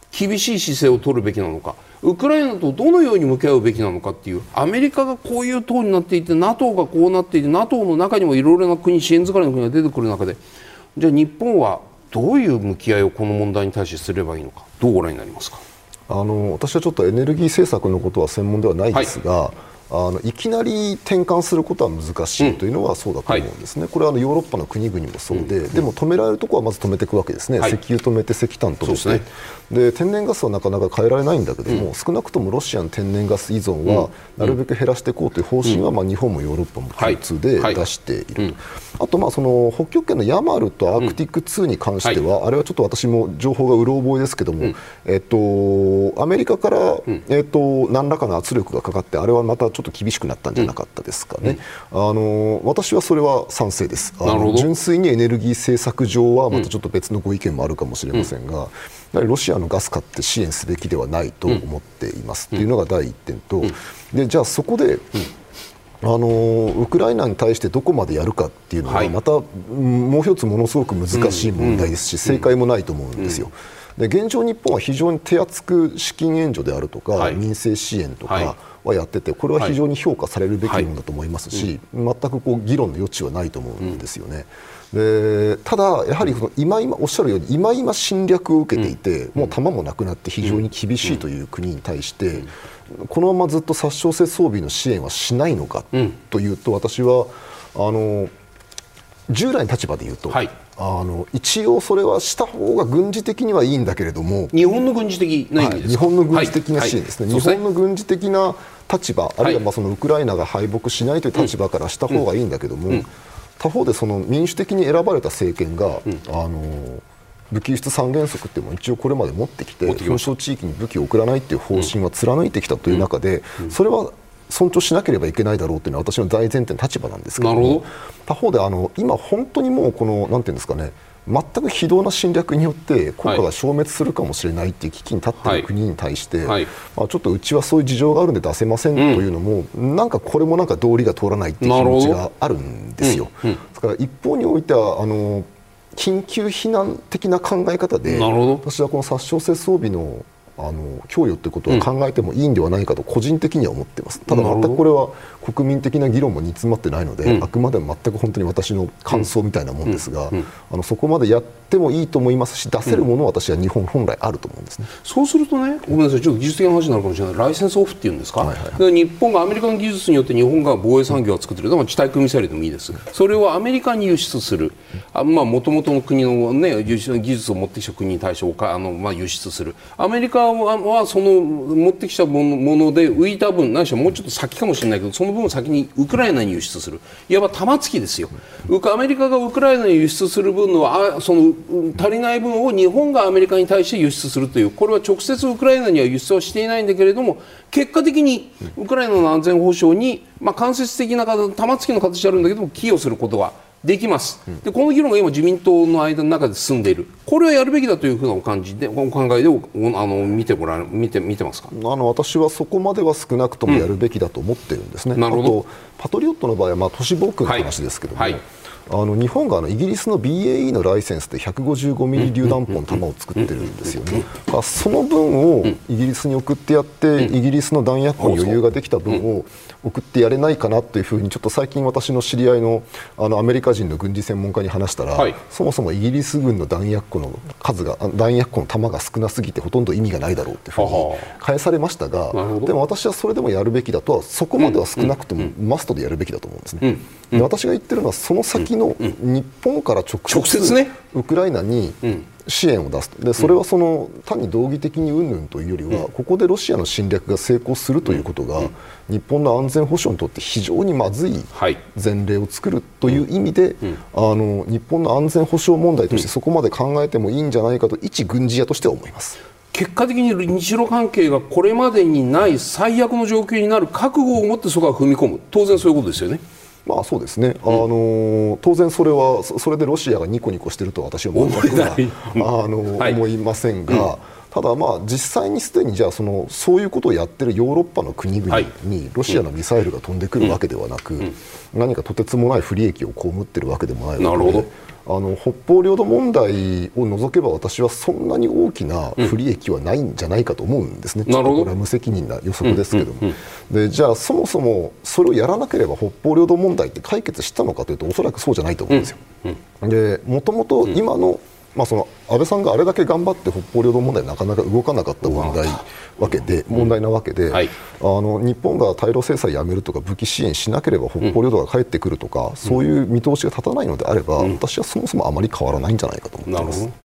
厳しい姿勢を取るべきなのか、ウクライナとどのように向き合うべきなのかっていう、アメリカがこういう党になっていて ナトー がこうなっていて ナトー の中にもいろいろな国、支援疲れの国が出てくる中で、じゃあ日本はどういう向き合いをこの問題に対してすればいいのか、どうご覧になりますか。 あの私はちょっとエネルギー政策のことは専門ではないですが、はい、あのいきなり転換することは難しいというのはそうだと思うんですね、うんはい、これはあのヨーロッパの国々もそうで、うん、でも止められるところはまず止めていくわけですね、はい、石油止めて石炭止めて、で、天然ガスはなかなか変えられないんだけども、うん、少なくともロシアの天然ガス依存はなるべく減らしていこうという方針は、まあ、日本もヨーロッパも共通で出していると、はいはい、あとまあその北極圏のヤマルとアークティックツーに関しては、うんはい、あれはちょっと私も情報がうろ覚えですけども、うんえっと、アメリカから、うんえっと、何らかの圧力がかかって、あれはまたちょっと厳しくなったんじゃなかったですかね、うん、あの私はそれは賛成です。あの純粋にエネルギー政策上はまたちょっと別のご意見もあるかもしれませんが、うん、やはりロシアのガス買って支援すべきではないと思っていますというのがだいいってんと、でじゃあそこで、あのウクライナに対してどこまでやるかっていうのはまた、はい、もう一つものすごく難しい問題ですし、正解もないと思うんですよ。で現状日本は非常に手厚く資金援助であるとか、はい、民生支援とかはやってて、これは非常に評価されるべきものだと思いますし、はいはい、全くこう議論の余地はないと思うんですよね。でただ、やはり今今おっしゃるように今今侵略を受けていて、うん、もう弾もなくなって非常に厳しいという国に対して、うんうん、このままずっと殺傷性装備の支援はしないのかというと、私はあの従来の立場で言うと、はい、あの一応それはした方が軍事的にはいいんだけれども、 日本の軍事的な意味ですか。 はい、日本の軍事的な支援ですね、はいはい、日本の軍事的な立場、あるいはまあそのウクライナが敗北しないという立場からした方がいいんだけども、うんうん、他方でその民主的に選ばれた政権が、うん、あの武器輸出三原則っていうのも一応これまで持ってきて、紛争地域に武器を送らないという方針は貫いてきたという中で、うんうん、それは尊重しなければいけないだろうというのは私の大前提の立場なんですけども、他方であの今本当にもうこのなんていうんですかね、全く非道な侵略によって国家が消滅するかもしれないという危機に立っている国に対して、はいはい、まあ、ちょっとうちはそういう事情があるんで出せませんというのも、うん、なんかこれもなんか道理が通らないという気持ちがあるんですよ。うんうん、ですから一方においてはあの緊急避難的な考え方で、私はこの殺傷性装備のあの供与ということは考えてもいいんではないかと個人的には思っています。ただ全くこれは国民的な議論も煮詰まってないので、うん、あくまでも全く本当に私の感想みたいなもんですが、うんうん、あのそこまでやってもいいと思いますし、出せるものは私は日本本来あると思うんですね。 そうするとね、ごめんなさい、ちょっと技術的な話になるかもしれない、ライセンスオフっていうんですか、はいはいはい、日本がアメリカの技術によって日本が防衛産業を作っている、地対空ミサイルでもいいです。それをアメリカに輸出する、もともとの国の、ね、技術を持ってきた国に対してあの、まあ、輸出する。アメリカは、はその持ってきたもので浮いた分、ないしはもうちょっと先かもしれないけど、その分を先にウクライナに輸出する、いわば玉突きですよ。アメリカがウクライナに輸出する分のあその足りない分を日本がアメリカに対して輸出するという、これは直接ウクライナには輸出はしていないんだけれども、結果的にウクライナの安全保障に、まあ、間接的な玉突きの形であるんだけども寄与することができます。でこの議論が今自民党の間の中で進んでいる、これはやるべきだというふうなお感じでお考えでおあの見てもら見て見てますか。 あの私はそこまでは少なくともやるべきだと思っているんですね。うん、なるほど。あとパトリオットの場合は、まあ、都市防空の話ですけども、はいはい、あの日本があのイギリスの ビーエーイー のライセンスでひゃくごじゅうごミリ榴弾砲の弾を作ってるんですよね。その分をイギリスに送ってやって、イギリスの弾薬庫に余裕ができた分を送ってやれないかなというふうに、ちょっと最近私の知り合いの、あのアメリカ人の軍事専門家に話したら、はい、そもそもイギリス軍の弾薬庫の数が弾薬庫の弾が少なすぎてほとんど意味がないだろうというふうに返されましたが、でも私はそれでもやるべきだとは、そこまでは少なくともマストでやるべきだと思うんですね。で私が言ってるのはその先の日本から直接、直接ね、ウクライナに支援を出す。でそれはその単に道義的に云々というよりは、ここでロシアの侵略が成功するということが日本の安全保障にとって非常にまずい前例を作るという意味で、あの日本の安全保障問題としてそこまで考えてもいいんじゃないかと一軍事屋としては思います。 結果的に日露関係がこれまでにない最悪の状況になる覚悟を持ってそこは踏み込む、当然そういうことですよね。 まあそうですね、うん、あの当然それはそれでロシアがニコニコしているとは私は全くはあの、はい、思いませんが、うん、ただまあ実際にすでにじゃあそのそういうことをやっているヨーロッパの国々にロシアのミサイルが飛んでくるわけではなく、うんうん、何かとてつもない不利益を被っているわけでもないので、なるほど、 あの北方領土問題を除けば私はそんなに大きな不利益はないんじゃないかと思うんですね、うん、ちょっとこれは無責任な予測ですけども、うんうんうん、でじゃあそもそもそれをやらなければ北方領土問題って解決したのかというとおそらくそうじゃないと思うんですよ。うんうん、でもともと今の、まあ、その安倍さんがあれだけ頑張って北方領土問題なかなか動かなかった問題わけで問題なわけで、うんはい、あの日本が対ロ制裁やめるとか武器支援しなければ北方領土が帰ってくるとか、うん、そういう見通しが立たないのであれば、うん、私はそもそもあまり変わらないんじゃないかと思っています。 こ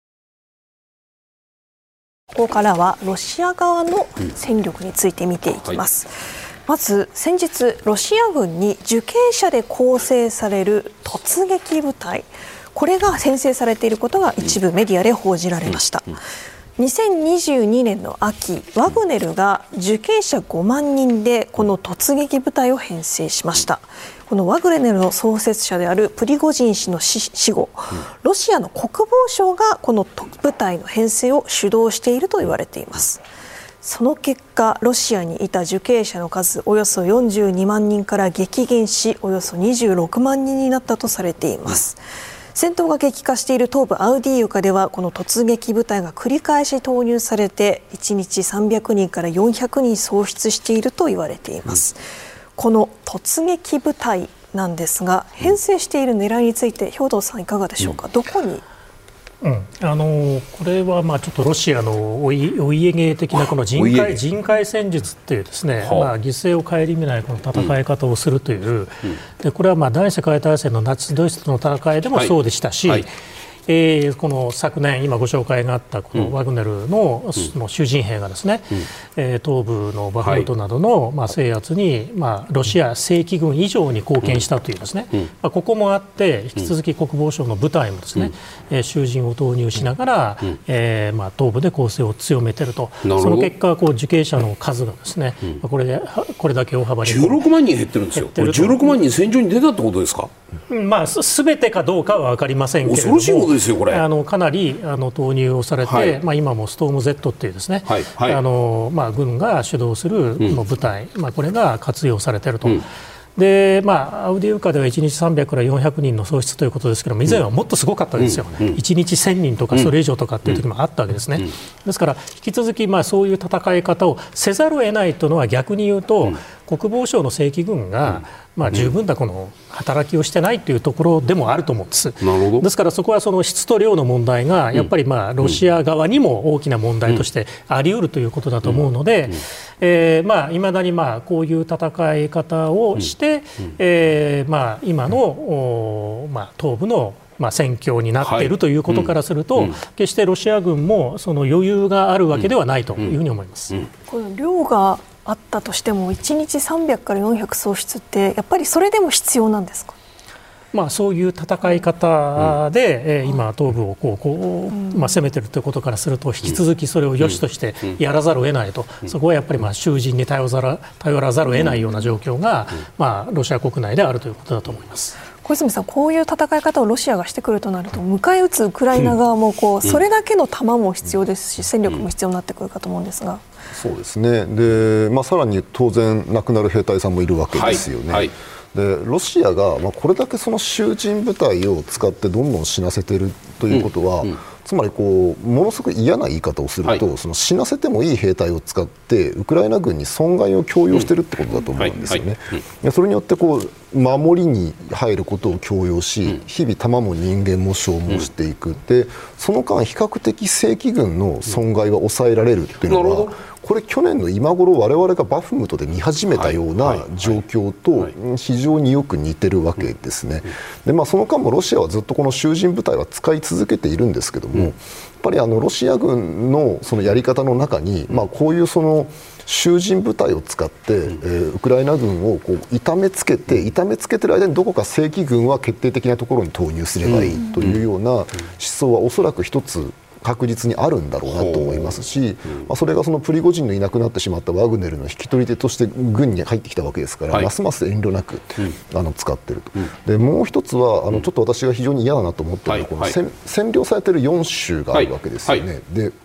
こからはロシア側の戦力について見ていきます。うんはい、まず先日ロシア軍に受刑者で構成される突撃部隊、これが編成されていることが一部メディアで報じられました。にせんにじゅうにねんの秋、ワグネルが受刑者ごまんにんでこの突撃部隊を編成しました。このワグネルの創設者であるプリゴジン氏の死後、ロシアの国防省がこの部隊の編成を主導していると言われています。その結果、ロシアにいた受刑者の数およそよんじゅうにまんにんから激減し、およそにじゅうろくまんにんになったとされています。戦闘が激化している東部アウディーウカではこの突撃部隊が繰り返し投入されていちにちさんびゃくにんからよんひゃくにん喪失していると言われています。この突撃部隊なんですが、編成している狙いについて兵頭さんいかがでしょうか。どこにうん、あのこれはまあちょっとロシアのおいお家芸的なこの人海人海戦術っていうですね、まあ、犠牲を顧みないこの戦い方をするという、うん、でこれはまあ第二次世界大戦のナチスドイツとの戦いでもそうでしたし、はいはい、えー、この昨年今ご紹介があったこのワグネルの、うん、の囚人兵がですね、うん、えー、東部のバフムトなどの、まあ、制圧に、まあ、ロシア正規軍以上に貢献したというですね、うん、まあ、ここもあって引き続き国防省の部隊もですね、うん、えー、囚人を投入しながら、うん、えーまあ、東部で攻勢を強めていると。その結果こう受刑者の数がですね、うん、これでこれだけ大幅にじゅうろくまんにん減ってるんですよ。これじゅうろくまんにん戦場に出たってことですか。 うん、まあ、すべてかどうかは分かりませんけれども、 恐ろしいことですよこれ。 あのかなりあの投入をされて、はい、まあ、今もストーム Z っていうですね、はいはい、あのまあ、軍が主導する部隊、うん、まあ、これが活用されていると。うん、でまあ、アウディーウカではいちにちさんびゃくからよんひゃくにんの喪失ということですけども、以前はもっとすごかったですよ、うん、いちにちせんにんとかそれ以上とかっていう時もあったわけですね。うん、ですから引き続きまあそういう戦い方をせざるを得ないというのは、逆に言うと、うん、国防省の正規軍が、うん、まあ、十分なこの働きをしてないというところでもあると思うんです。なるほど。ですからそこはその質と量の問題がやっぱりまあロシア側にも大きな問題としてあり得るということだと思うので、えーまあ、未だにまあこういう戦い方をして、えーまあ、今の、まあ、東部のまあ戦況になっているということからすると、はい、うん、決してロシア軍もその余裕があるわけではないというふうに思います。うんうん、 この量があったとしてもいちにちさんびゃくからよんひゃく喪失ってやっぱりそれでも必要なんですか。 まあ、そういう戦い方で、うん、今東部をこうこう、まあ、攻めているということからすると、引き続きそれを良しとしてやらざるを得ないと、うん、そこはやっぱりまあ囚人に頼らざる、頼らざるを得ないような状況が、うん、まあ、ロシア国内であるということだと思います。 小泉さん、こういう戦い方をロシアがしてくるとなると、迎え撃つウクライナ側もこう、うん、それだけの弾も必要ですし、戦力も必要になってくるかと思うんですが。 そうですね。で、まあ、さらに当然亡くなる兵隊さんもいるわけですよね。はいはい、でロシアが、まあ、これだけその囚人部隊を使ってどんどん死なせているということは、うんうん、つまりこうものすごく嫌な言い方をすると、はい、その死なせてもいい兵隊を使ってウクライナ軍に損害を強要しているってことだと思うんですよね。それによってこう守りに入ることを強要し、うん、日々弾も人間も消耗していく、うん、でその間比較的正規軍の損害は抑えられるというのは、うん、これ去年の今頃我々がバフムトで見始めたような状況と非常によく似てるわけですね。で、まあ、その間もロシアはずっとこの囚人部隊は使い続けているんですけども、うん、やっぱりあのロシア軍のそのやり方の中に、まあ、こういうその囚人部隊を使って、えー、ウクライナ軍をこう痛めつけて痛めつけてる間にどこか正規軍は決定的なところに投入すればいいというような思想はおそらく一つ確実にあるんだろうなと思いますし、まあ、それがそのプリゴジンのいなくなってしまったワグネルの引き取り手として軍に入ってきたわけですから、はい、ますます遠慮なく、うん、あの使っていると、うん、でもう一つはあのちょっと私が非常に嫌だなと思っているのは、この占領されているよん州があるわけですよね。はいはい、で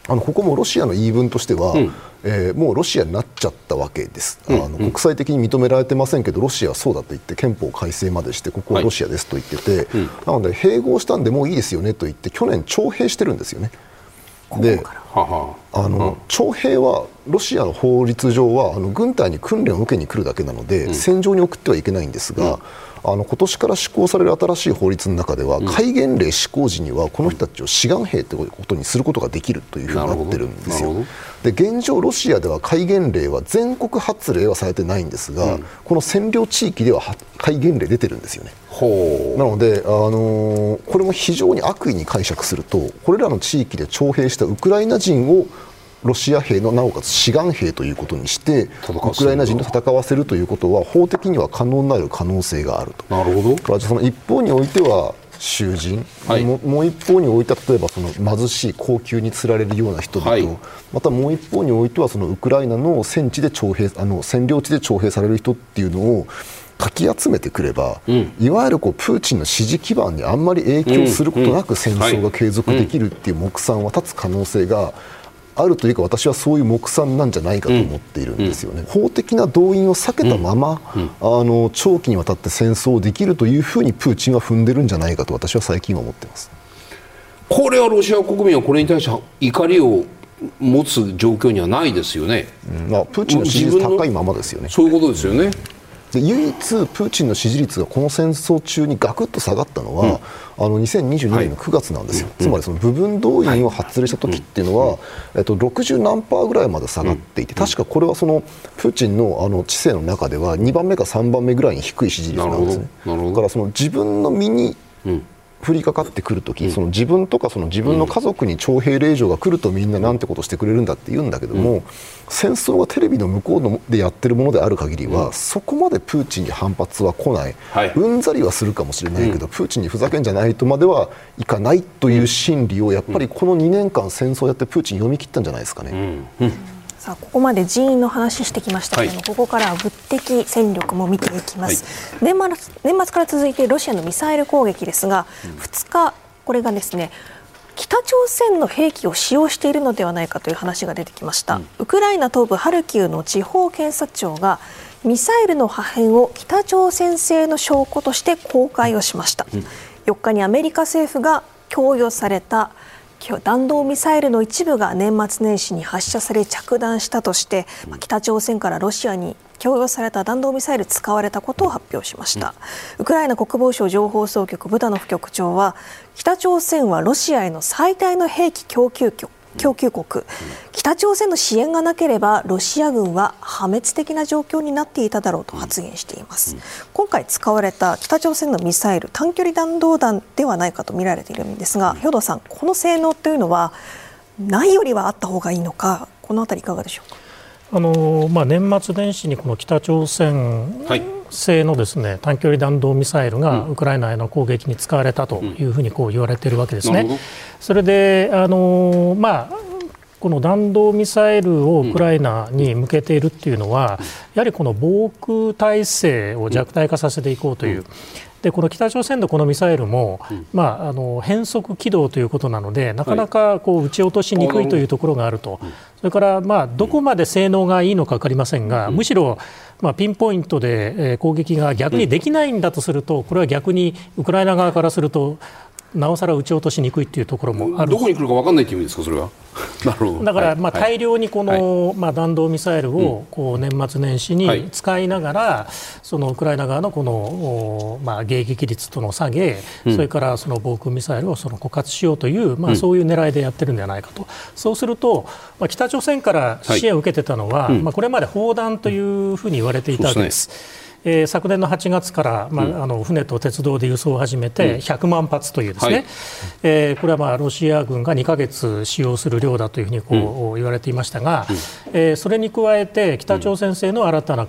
あのここもロシアの言い分としては、うんえー、もうロシアになっちゃったわけです、うん、あの国際的に認められてませんけどロシアはそうだと言って憲法改正までしてここはロシアですと言ってて、はいうん、なので併合したんでもういいですよねと言って去年徴兵してるんですよね。であの徴兵はロシアの法律上はあの軍隊に訓練を受けに来るだけなので、うん、戦場に送ってはいけないんですが、うんあの今年から施行される新しい法律の中では、うん、戒厳令施行時にはこの人たちを志願兵ということにすることができるというふうになってるんですよ。で現状ロシアでは戒厳令は全国発令はされてないんですが、うん、この占領地域では戒厳令出てるんですよね。ほうなので、あのー、これも非常に悪意に解釈するとこれらの地域で徴兵したウクライナ人をロシア兵のなおかつ志願兵ということにしてウクライナ人と戦わせるということは法的には可能になる可能性があると。 なるほど。 その一方においては囚人、はい、も, もう一方においては例えばその貧しい高級に釣られるような人々、はい、またもう一方においてはそのウクライナの戦地で徴兵あの占領地で徴兵される人っていうのをかき集めてくれば、うん、いわゆるこうプーチンの支持基盤にあんまり影響することなく戦争が継続できるっていう目算は立つ可能性があるというか私はそういう目算なんじゃないかと思っているんですよね、うん、法的な動員を避けたまま、うんうん、あの長期にわたって戦争できるというふうにプーチンは踏んでるんじゃないかと私は最近は思っています。 これはロシア国民はこれに対して怒りを持つ状況にはないですよね、 うんまあ、プーチンの支持率高いままですよね。 そういうことですよね。 で唯一プーチンの支持率がこの戦争中にガクッと下がったのは、うん、あのにせんにじゅうにねんのくがつなんですよ、はい、つまりその部分動員を発令した時っていうのは、はいえっと、ろくじゅうなんパーぐらいまで下がっていて、うん、確かこれはそのプーチンのあの知性の中ではにばんめかさんばんめぐらいに低い支持率なんですね。だからその自分の身に降りかかってくるとき、うん、その自分とかその自分の家族に徴兵令状が来るとみんななんてことしてくれるんだって言うんだけども、うん、戦争がテレビの向こうでやってるものである限りは、うん、そこまでプーチンに反発は来ない、はい、うんざりはするかもしれないけど、うん、プーチンにふざけんじゃないとまではいかないという心理をやっぱりこのにねんかん戦争やってプーチン読み切ったんじゃないですかね、うんうんさあここまで人員の話してきましたけれども、はい、ここからは物的戦力も見ていきます、はい、年末、年末から続いてロシアのミサイル攻撃ですが、うん、ふつかこれがですね北朝鮮の兵器を使用しているのではないかという話が出てきました、うん、ウクライナ東部ハルキウの地方検察庁がミサイルの破片を北朝鮮製の証拠として公開をしました、うん、よっかにアメリカ政府が供与された弾道ミサイルの一部が年末年始に発射され着弾したとして、北朝鮮からロシアに供与された弾道ミサイル使われたことを発表しました、うん、ウクライナ国防省情報総局ブダノフ局長は北朝鮮はロシアへの最大の兵器供給局供給国、北朝鮮の支援がなければロシア軍は破滅的な状況になっていただろうと発言しています。今回使われた北朝鮮のミサイル短距離弾道弾ではないかと見られているんですが、兵頭さんこの性能というのはないよりはあった方がいいのか、このあたりいかがでしょうか。 あのまあ、年末年始にこの北朝鮮製のですね、はい、短距離弾道ミサイルがウクライナへの攻撃に使われたというふうにこう言われているわけですね。うん、それであの、まあ、この弾道ミサイルをウクライナに向けているっていうのは、やはりこの防空体制を弱体化させていこうという。うんでこの北朝鮮のこのミサイルも、うんまあ、あの変則軌道ということなのでなかなかこう撃ち落としにくいというところがあると、はい、それから、まあ、どこまで性能がいいのか分かりませんが、うん、むしろ、まあ、ピンポイントで、えー、攻撃が逆にできないんだとすると、これは逆にウクライナ側からするとなおさら撃ち落としにくいというところもある。 どこに来るか分かんないという意味ですか、それは。なるほど。 だから、まあ、大量にこの、はいまあ、弾道ミサイルをこう年末年始に使いながら、はい、そのウクライナ側のこの、まあ、迎撃率との下げ、うん、それからその防空ミサイルをその枯渇しようという、まあ、そういう狙いでやってるんじゃないかと、うん、そうすると、まあ、北朝鮮から支援を受けてたのは、はいうんまあ、これまで砲弾というふうに言われていたわけです。えー、昨年のはちがつから、まあうん、あの船と鉄道で輸送を始めてひゃくまんぱつというですね、はいえー、これはまあロシア軍がにかげつ使用する量だというふうにこう、うん、言われていましたが、うんえー、それに加えて北朝鮮製の新たなこの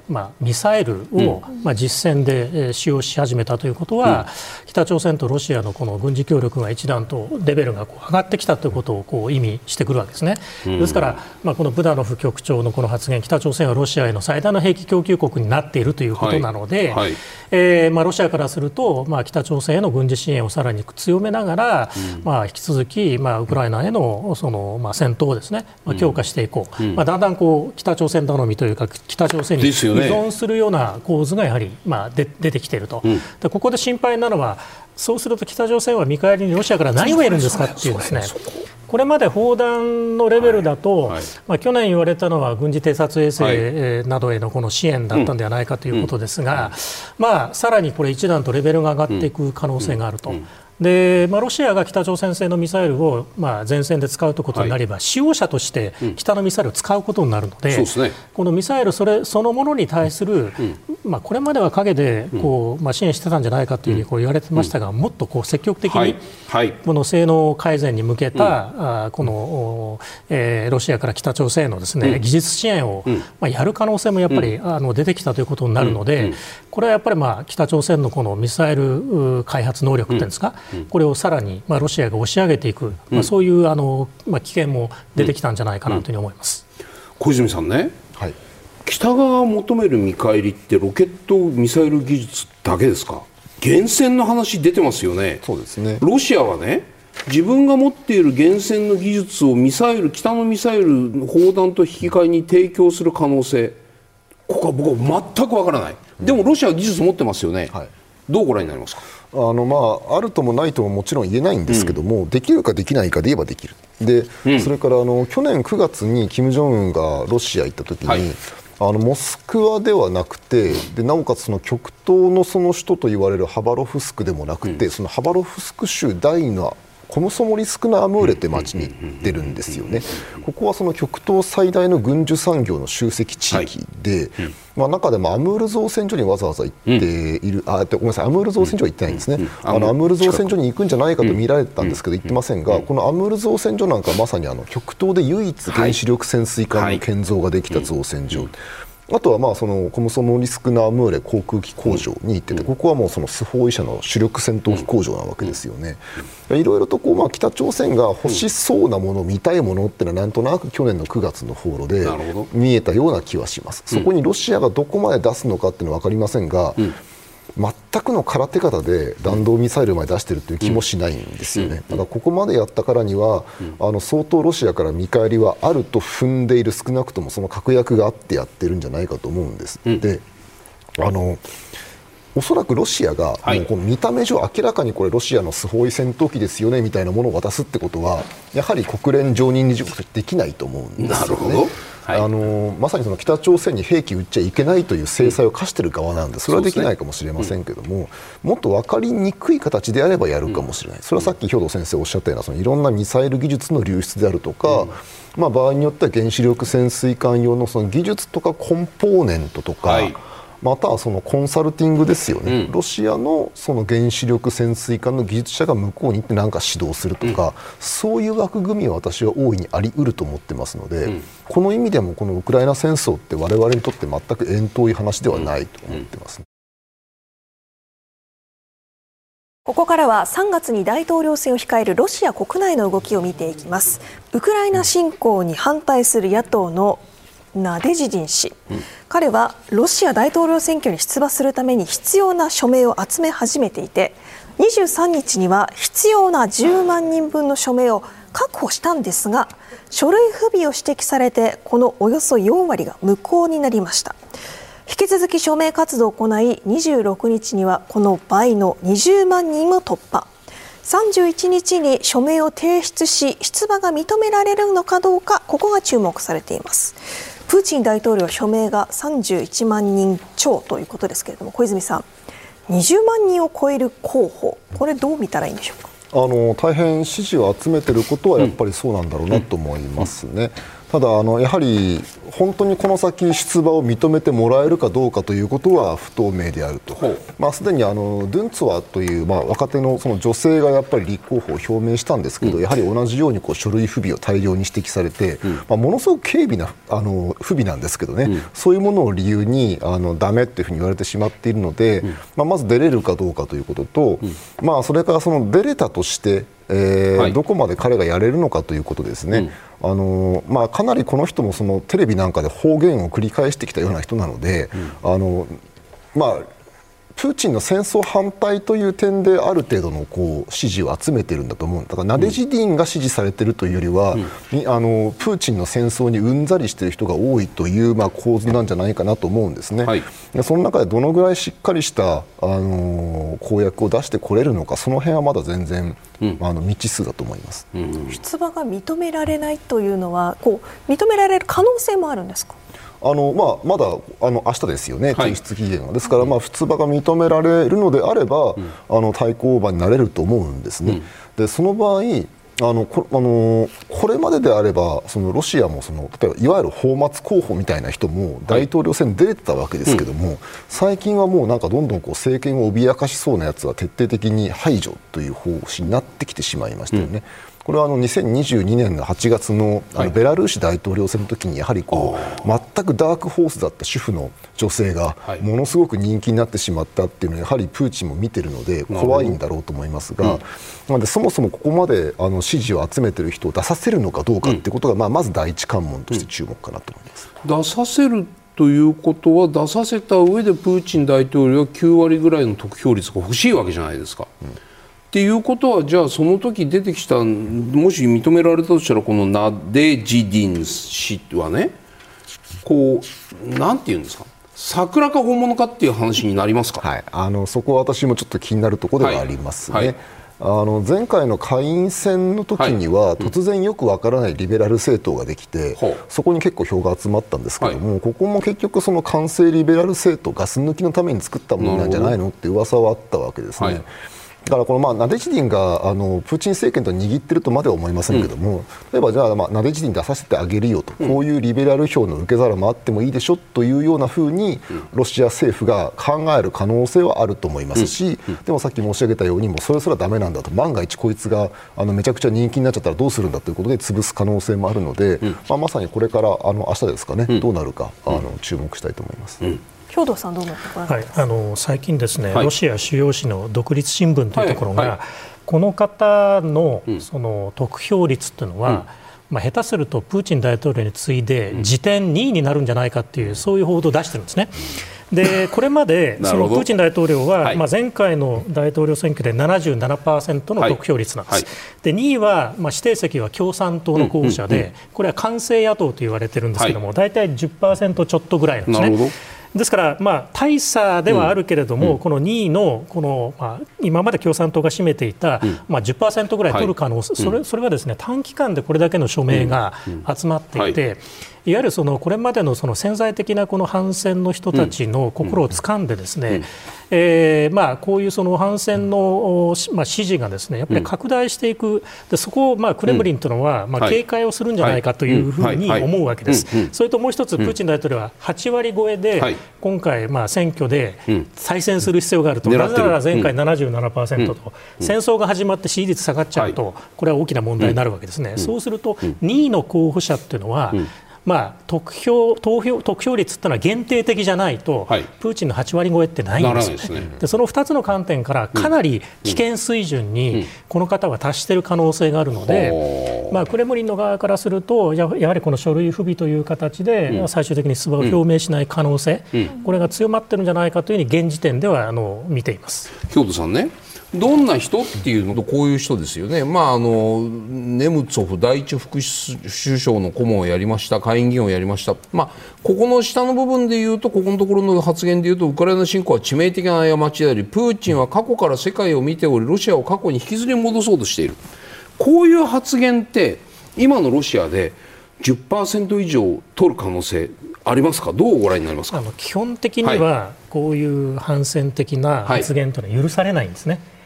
まあ、ミサイルを、うんまあ、実戦で使用し始めたということは、うん、北朝鮮とロシアのこの軍事協力が一段とレベルがこう上がってきたということをこう意味してくるわけですね。うん、ですから、まあ、このブダノフ局長のこの発言、北朝鮮はロシアへの最大の兵器供給国になっているということなので、はいはいえーまあ、ロシアからすると、まあ、北朝鮮への軍事支援をさらに強めながら、うんまあ、引き続き、まあ、ウクライナへの、その、まあ、戦闘をですね、まあ、強化していこう、うんまあ、だんだんこう北朝鮮頼みというか北朝鮮に依存するような構図がやはり、まあ、で出てきていると、うん、でここで心配なのはそうすると北朝鮮は見返りにロシアから何を得るんですかっていうですねこれまで砲弾のレベルだと、はいはいまあ、去年言われたのは軍事偵察衛星などへのこの支援だったんではないかということですが、うんまあ、さらにこれ一段とレベルが上がっていく可能性があると。うんうんでまあ、ロシアが北朝鮮製のミサイルを、まあ、前線で使うということになれば、はい、使用者として北のミサイルを使うことになるので、うんそうですね、このミサイルそれそのものに対する、うんまあ、これまでは陰でこう、まあ、支援してたんじゃないかというふうにこう言われてましたが、うん、もっとこう積極的にこの性能改善に向けた、うんあこのえー、ロシアから北朝鮮へのです、ねうん、技術支援を、うんまあ、やる可能性もやっぱり、うん、あの出てきたということになるので、うん、これはやっぱり、まあ、北朝鮮のこのミサイル開発能力というんですか、うんこれをさらに、まあ、ロシアが押し上げていく、まあ、そういうあの、まあ、危険も出てきたんじゃないかなというふうに思います、 うん、小泉さんね、 はい、 北側が求める見返りってロケットミサイル技術だけですか？原潜の話出てますよね。 そうですね。 ロシアはね自分が持っている原潜の技術をミサイル北のミサイル砲弾と引き換えに提供する可能性、ここは僕は全くわからない、うん、でもロシアは技術持ってますよね、はい、どうご覧になりますか？ あのまあ、あるともないとももちろん言えないんですけども、うん、できるかできないかで言えばできるで、うん、それからあの去年くがつに金正恩がロシア行った時に、はい、あのモスクワではなくてでなおかつその極東のその首都と言われるハバロフスクでもなくて、うん、そのハバロフスク州第二のコムソモリスクのアムーレって町に行ってるんですよね。ここはその極東最大の軍需産業の集積地域で、はいうんまあ、中でもアムール造船所にわざわざ行っている、うん、あごめんなさいアムール造船所は行ってないんですね、うんうん、あのアムール造船所に行くんじゃないかと見られてたんですけど行ってませんが、このアムール造船所なんかまさにあの極東で唯一原子力潜水艦の建造ができた造船所、はいはいあとはまあそのコムソモリスクナアムーレ航空機工場に行ってて、ここはもうそのスホーイ社の主力戦闘機工場なわけですよね。いろいろとこうまあ北朝鮮が欲しそうなもの、見たいものっていうのはなんとなく去年のくがつの訪ロで見えたような気はします。そこにロシアがどこまで出すのかっていうのは分かりませんが、全くの空手方で弾道ミサイルまで出しているという気もしないんですよね。ただここまでやったからにはあの相当ロシアから見返りはあると踏んでいる、少なくともその確約があってやってるんじゃないかと思うんです。であのおそらくロシアがもうこの見た目上明らかにこれロシアのスホイ戦闘機ですよねみたいなものを渡すってことはやはり国連常任理事国としてできないと思うんですよね。 なるほど。はい、 あのまさにその北朝鮮に兵器売っちゃいけないという制裁を課している側なんでそれはできないかもしれませんけども、ねうん、もっと分かりにくい形であればやるかもしれない、うん、それはさっき兵頭先生おっしゃったようなそのいろんなミサイル技術の流出であるとか、うんまあ、場合によっては原子力潜水艦用のその技術とかコンポーネントとか、はいまたはそのコンサルティングですよね、うん、ロシアのその原子力潜水艦の技術者が向こうに行って何か指導するとか、うん、そういう枠組みは私は大いにあり得ると思ってますので、うん、この意味でもこのウクライナ戦争って我々にとって全く遠遠い話ではないと思ってます、ねうんうん、ここからはさんがつに大統領選を控えるロシア国内の動きを見ていきます。ウクライナ侵攻に反対する野党のナデジディン氏、うん、彼はロシア大統領選挙に出馬するために必要な署名を集め始めていてにじゅうさんにちには必要なじゅうまんにんぶんの署名を確保したんですが書類不備を指摘されてこのおよそよんわりが無効になりました。引き続き署名活動を行いにじゅうろくにちにはこの倍のにじゅうまんにんを突破。さんじゅういちにちに署名を提出し出馬が認められるのかどうかここが注目されています。プーチン大統領署名がさんじゅういちまんにん超ということですけれども小泉さんにじゅうまんにんを超える候補これどう見たらいいんでしょうか。 あの大変支持を集めていることはやっぱりそうなんだろうなと思いますね。 ただあのやはり本当にこの先出馬を認めてもらえるかどうかということは不透明であると、まあ、すでにあのドゥンツワという、まあ、若手 の, その女性がやっぱり立候補を表明したんですけど、うん、やはり同じようにこう書類不備を大量に指摘されて、うんまあ、ものすごく軽微なあの不備なんですけどね、うん、そういうものを理由にあのダメというふうに言われてしまっているので、うんまあ、まず出れるかどうかということと、うんまあ、それからその出れたとしてえーはい、どこまで彼がやれるのかということですね、うんあのまあ、かなりこの人もそのテレビなんかで方言を繰り返してきたような人なので、うんあのまあ、プーチンの戦争反対という点である程度のこう支持を集めているんだと思う。だからナデジディンが支持されているというよりは、うん、あのプーチンの戦争にうんざりしている人が多いという、まあ、構図なんじゃないかなと思うんですね、はい、その中でどのぐらいしっかりした、あの公約を出してこれるのか、その辺はまだ全然、うん、あの未知数だと思います、うん、 出馬が認められないというのはこう認められる可能性もあるんですか。 あのまあ、まだあの明日ですよね、提出期限は、はい、ですから、まあ、出馬が認められるのであれば、うん、あの対抗馬になれると思うんですね、うん、でその場合あの こ, あのこれまでであればそのロシアもその例えばいわゆる泡沫候補みたいな人も大統領選に出れてたわけですけども、はいうん、最近はもうなんかどんどんこう政権を脅かしそうなやつは徹底的に排除という方針になってきてしまいましたよね、うんこれはあのにせんにじゅうにねんのはちがつ の, あのベラルーシ大統領選の時にやはりこう全くダークホースだった主婦の女性がものすごく人気になってしまったっていうのはやはりプーチンも見てるので怖いんだろうと思いますが、うん、なのでそもそもここまであの支持を集めている人を出させるのかどうかっていうことが、まあ、まず第一関門として注目かなと思います、 うん、出させるということは出させた上でプーチン大統領はきゅうわりぐらいの得票率が欲しいわけじゃないですか、うんっていうことはじゃあその時出てきたもし認められたとしたらこのナデジディン氏はねこうなんていうんですか桜か本物かっていう話になりますか、 はい、あのそこは私もちょっと気になるところではありますね、はいはいあの前回の下院選の時には、はい、突然よくわからないリベラル政党ができて、うん、そこに結構票が集まったんですけども、はい、ここも結局その完成リベラル政党ガス抜きのために作ったものなんじゃないのって噂はあったわけですね、はいだからこのまあナデジディンがあのプーチン政権と握っているとまでは思いませんけども、うん、例えばじゃあ、まあ、ナデジディン出させてあげるよと、うん、こういうリベラル票の受け皿もあってもいいでしょというようなふうにロシア政府が考える可能性はあると思いますし、うんうん、でもさっき申し上げたようにもうそれすらダメなんだと万が一こいつがあのめちゃくちゃ人気になっちゃったらどうするんだということで潰す可能性もあるので、うんまあ、まさにこれからあの明日ですかね、うん、どうなるかあの注目したいと思います。うん兵頭さんどう思ってご覧になりますか。 はい、あの最近ですね、はい、ロシア主要紙の独立新聞というところが、はいはい、この方のその得票率というのは、うんまあ、下手するとプーチン大統領に次いで次点にいになるんじゃないかというそういう報道を出してるんですね。でこれまでそのプーチン大統領は、はいまあ、前回の大統領選挙で ななじゅうななパーセント の得票率なんです、はいはい、でにいは、まあ、指定席は共産党の候補者で、うんうんうん、これは完成野党と言われてるんですけども、はい、大体 じゅっパーセント ちょっとぐらいなんですね。なるほど。ですから、まあ、大差ではあるけれども、うん、このにいの、この、まあ、今まで共産党が占めていた、うんまあ、じゅっパーセント ぐらい取る可能性、はい、それ、それはですね、短期間でこれだけの署名が集まっていて、うんうんはいいわゆるそのこれまでのその潜在的なこの反戦の人たちの心を掴んでですね、うんうんえーまあ、こういうその反戦の、まあ、支持がですねやっぱり拡大していく、でそこをまあクレムリンというのはまあ警戒をするんじゃないかというふうに思うわけです。それともう一つプーチン大統領ははちわり超えで今回まあ選挙で再選する必要があると、なぜなら前回 ななじゅうななパーセント と戦争が始まって支持率下がっちゃうとこれは大きな問題になるわけですね。そうするとにいの候補者というのはまあ、得票、投票、得票率というのは限定的じゃないと、はい、プーチンのはちわり超えってないんですよね。で、ね、でそのふたつの観点からかなり危険水準にこの方は達している可能性があるので、うんまあ、クレムリンの側からするとやはりこの書類不備という形で最終的に出馬を表明しない可能性、うんうん、これが強まっているんじゃないかというふうに現時点ではあの見ています。 兵頭さんね、どんな人っていうのとこういう人ですよね、まあ、あのネムツォフ第一副首相の顧問をやりました、下院議員をやりました、まあ、ここの下の部分でいうとここのところの発言でいうとウクライナ侵攻は致命的な過ちでありプーチンは過去から世界を見ておりロシアを過去に引きずり戻そうとしている、こういう発言って今のロシアで じゅっパーセント 以上取る可能性ありますか。どうご覧になりますか。 あの基本的にはこういう反戦的な発言というのは許されないんですね。はい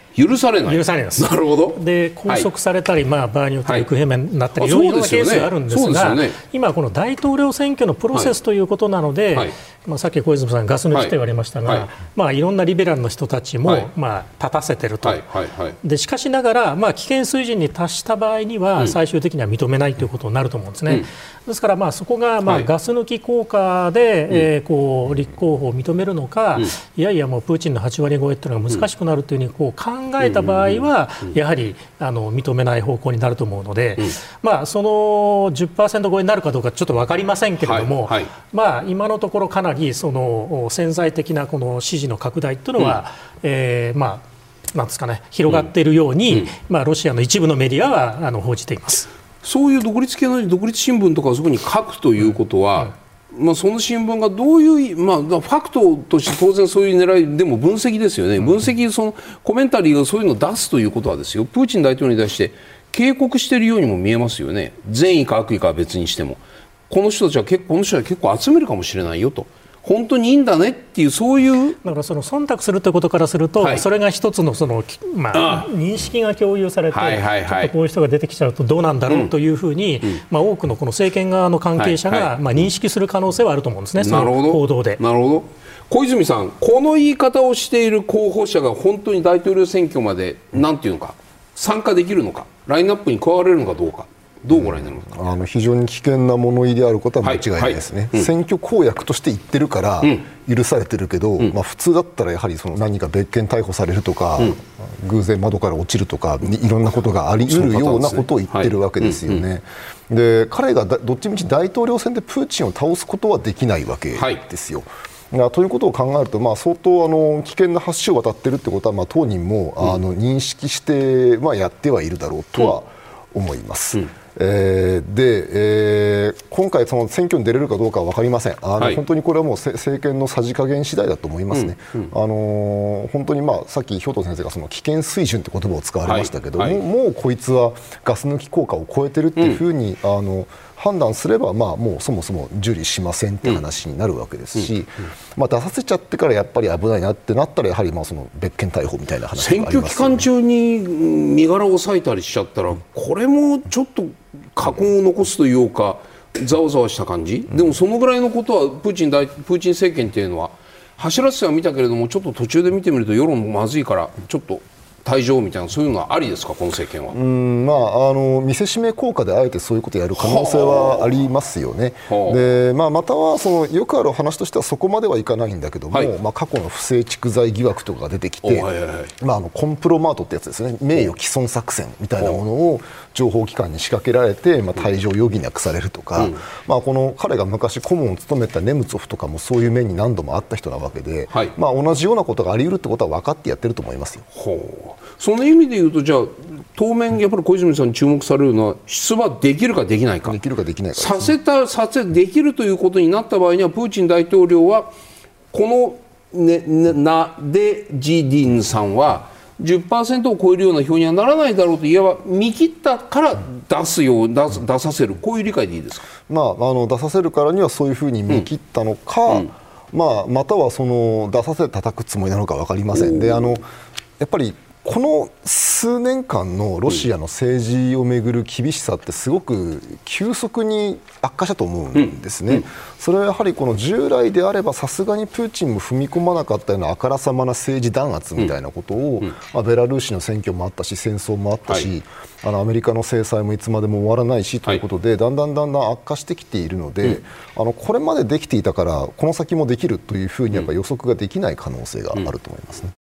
許されない。 許されないです。 なるほど。 で拘束されたり、はい、まあ、場合によっては行方不明になったり、 はい、 いろいろなケースがあるんですが、 ね、 今、この大統領選挙のプロセスということなので、はいはい、まあ、さっき小泉さん、ガス抜きと言われましたが、はいはい、まあ、いろんなリベラルの人たちも、はい、まあ、立たせてると、はいはいはい、でしかしながら、まあ、危険水準に達した場合には、最終的には認めないということになると思うんですね。うん、ですから、まあ、そこが、まあ、ガス抜き効果で、はい、えー、こう立候補を認めるのか、うん、いやいや、もうプーチンのはちわりごえというのが難しくなるというふうにこう考えた場合は、やはりあの認めない方向になると思うので、うん、まあ、その じゅっパーセント 超えになるかどうかちょっと分かりませんけれども、はいはい、まあ、今のところかなりその潜在的なこの支持の拡大というのは、うん、えー、まあ、なんですかね、広がっているように、うん、まあ、ロシアの一部のメディアはあの報じています。 そういう独立系の独立新聞とかそこに書くということは、うん、まあ、その新聞がどういう、まあ、ファクトとして当然そういう狙いでも分析ですよね、分析、そのコメンタリーがそういうのを出すということはですよ、プーチン大統領に対して警告しているようにも見えますよね。善意か悪意かは別にしても、この人たちは結構、この人は結構集めるかもしれないよと、本当にいいんだねっていう、そういうだからその忖度するということからすると、はい、それが一つのその、まあ、認識が共有されて、はいはいはい、ちょっとこういう人が出てきちゃうとどうなんだろうというふうに、うん、まあ、多くのこの政権側の関係者が、はいはい、まあ、認識する可能性はあると思うんですね、その行動で。 なるほど。小泉さん、この言い方をしている候補者が本当に大統領選挙までなんていうのか参加できるのか、ラインナップに加われるのかどうか、どうご覧になりますか。 あの非常に危険な物言いであることは間違いないですね、はいはい、うん、選挙公約として言ってるから許されてるけど、うん、まあ、普通だったらやはりその何か別件逮捕されるとか、うん、偶然窓から落ちるとかいろんなことがあり得るようなことを言ってるわけですよね。で、彼がどっちみち大統領選でプーチンを倒すことはできないわけですよ。はい、ということを考えると、まあ、相当あの危険な橋を渡っているということは、まあ、当人も、うん、あの認識して、まあ、やってはいるだろうとは思います。うん、えー、で、えー、今回その選挙に出れるかどうかは分かりません。あの、はい、本当にこれはもう政権のさじ加減次第だと思いますね。うんうん、あのー、本当に、まあ、さっき兵頭先生がその危険水準という言葉を使われましたけど、はいはい、もう、もうこいつはガス抜き効果を超えてるっていうふうに、うん、あの判断すれば、まあ、もうそもそも受理しませんって話になるわけですし、うんうん、まあ、出させちゃってからやっぱり危ないなってなったらやはりまあその別件逮捕みたいな話がありますよね。選挙期間中に身柄を押さえたりしちゃったら、これもちょっと禍根を残すというかざわざわした感じ、うん、でもそのぐらいのことはプーチン大プーチン政権っていうのは走らせては見たけれども、ちょっと途中で見てみると世論もまずいからちょっと退場みたいな、そういうのはありですか、この政権は。 うん、まあ、あの見せしめ効果であえてそういうことをやる可能性はありますよね。で、まあ、またはそのよくある話としてはそこまではいかないんだけども、はい、まあ、過去の不正蓄財疑惑とかが出てきて、はいはいはい、まあ、あのコンプロマートってやつですね、名誉毀損作戦みたいなものを情報機関に仕掛けられて、まあ、退場を余儀なくされるとか、うん、まあ、この彼が昔顧問を務めたネムツォフとかもそういう面に何度もあった人なわけで、はい、まあ、同じようなことがあり得るってことは分かってやってると思いますよ。 ほう、その意味でいうと、じゃあ当面やっぱり小泉さんに注目されるのは出馬できるかできないか、 できるかできないか、ね、 させたさせできるということになった場合には、プーチン大統領はこの、ね、ナデジディンさんは じゅっパーセント を超えるような票にはならないだろうと、いわば見切ったから出すよう、出す、出させる、こういう理解でいいですか。 まあ、あの出させるからにはそういうふうに見切ったのか、うんうん、まあ、またはその出させて叩くつもりなのか分かりません。で、あのやっぱりこの数年間のロシアの政治をめぐる厳しさってすごく急速に悪化したと思うんですね。うんうん、それはやはりこの従来であればさすがにプーチンも踏み込まなかったようなあからさまな政治弾圧みたいなことを、うんうん、まあ、ベラルーシの選挙もあったし戦争もあったし、はい、あのアメリカの制裁もいつまでも終わらないしということで、はい、だんだんだんだん悪化してきているので、うん、あのこれまでできていたからこの先もできるというふうにやっぱ予測ができない可能性があると思いますね。うん、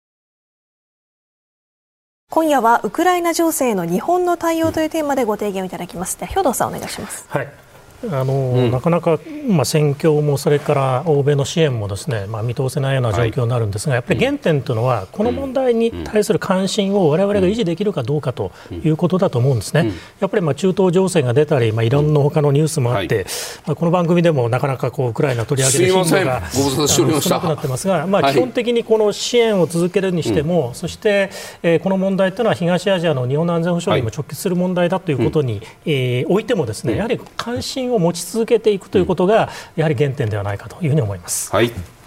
今夜はウクライナ情勢への日本の対応というテーマでご提言をいただきます。では兵頭さんお願いします。 はい、あのうん、なかなか、まあ、戦況もそれから欧米の支援もですね、まあ、見通せないような状況になるんですが、はい、やっぱり原点というのはこの問題に対する関心を我々が維持できるかどうかということだと思うんですね。やっぱりまあ中東情勢が出たり、まあ、いろんな他のニュースもあって、はい、まあ、この番組でもなかなかこうウクライナ取り上げる頻度が少なくなってますが、まあ、基本的にこの支援を続けるにしても、はい、そして、えー、この問題というのは東アジアの日本の安全保障にも直結する問題だということに、はい、えー、おいてもですね、やはり関心を持ち続けていくということがやはり原点ではないかというふうに思います。 はい、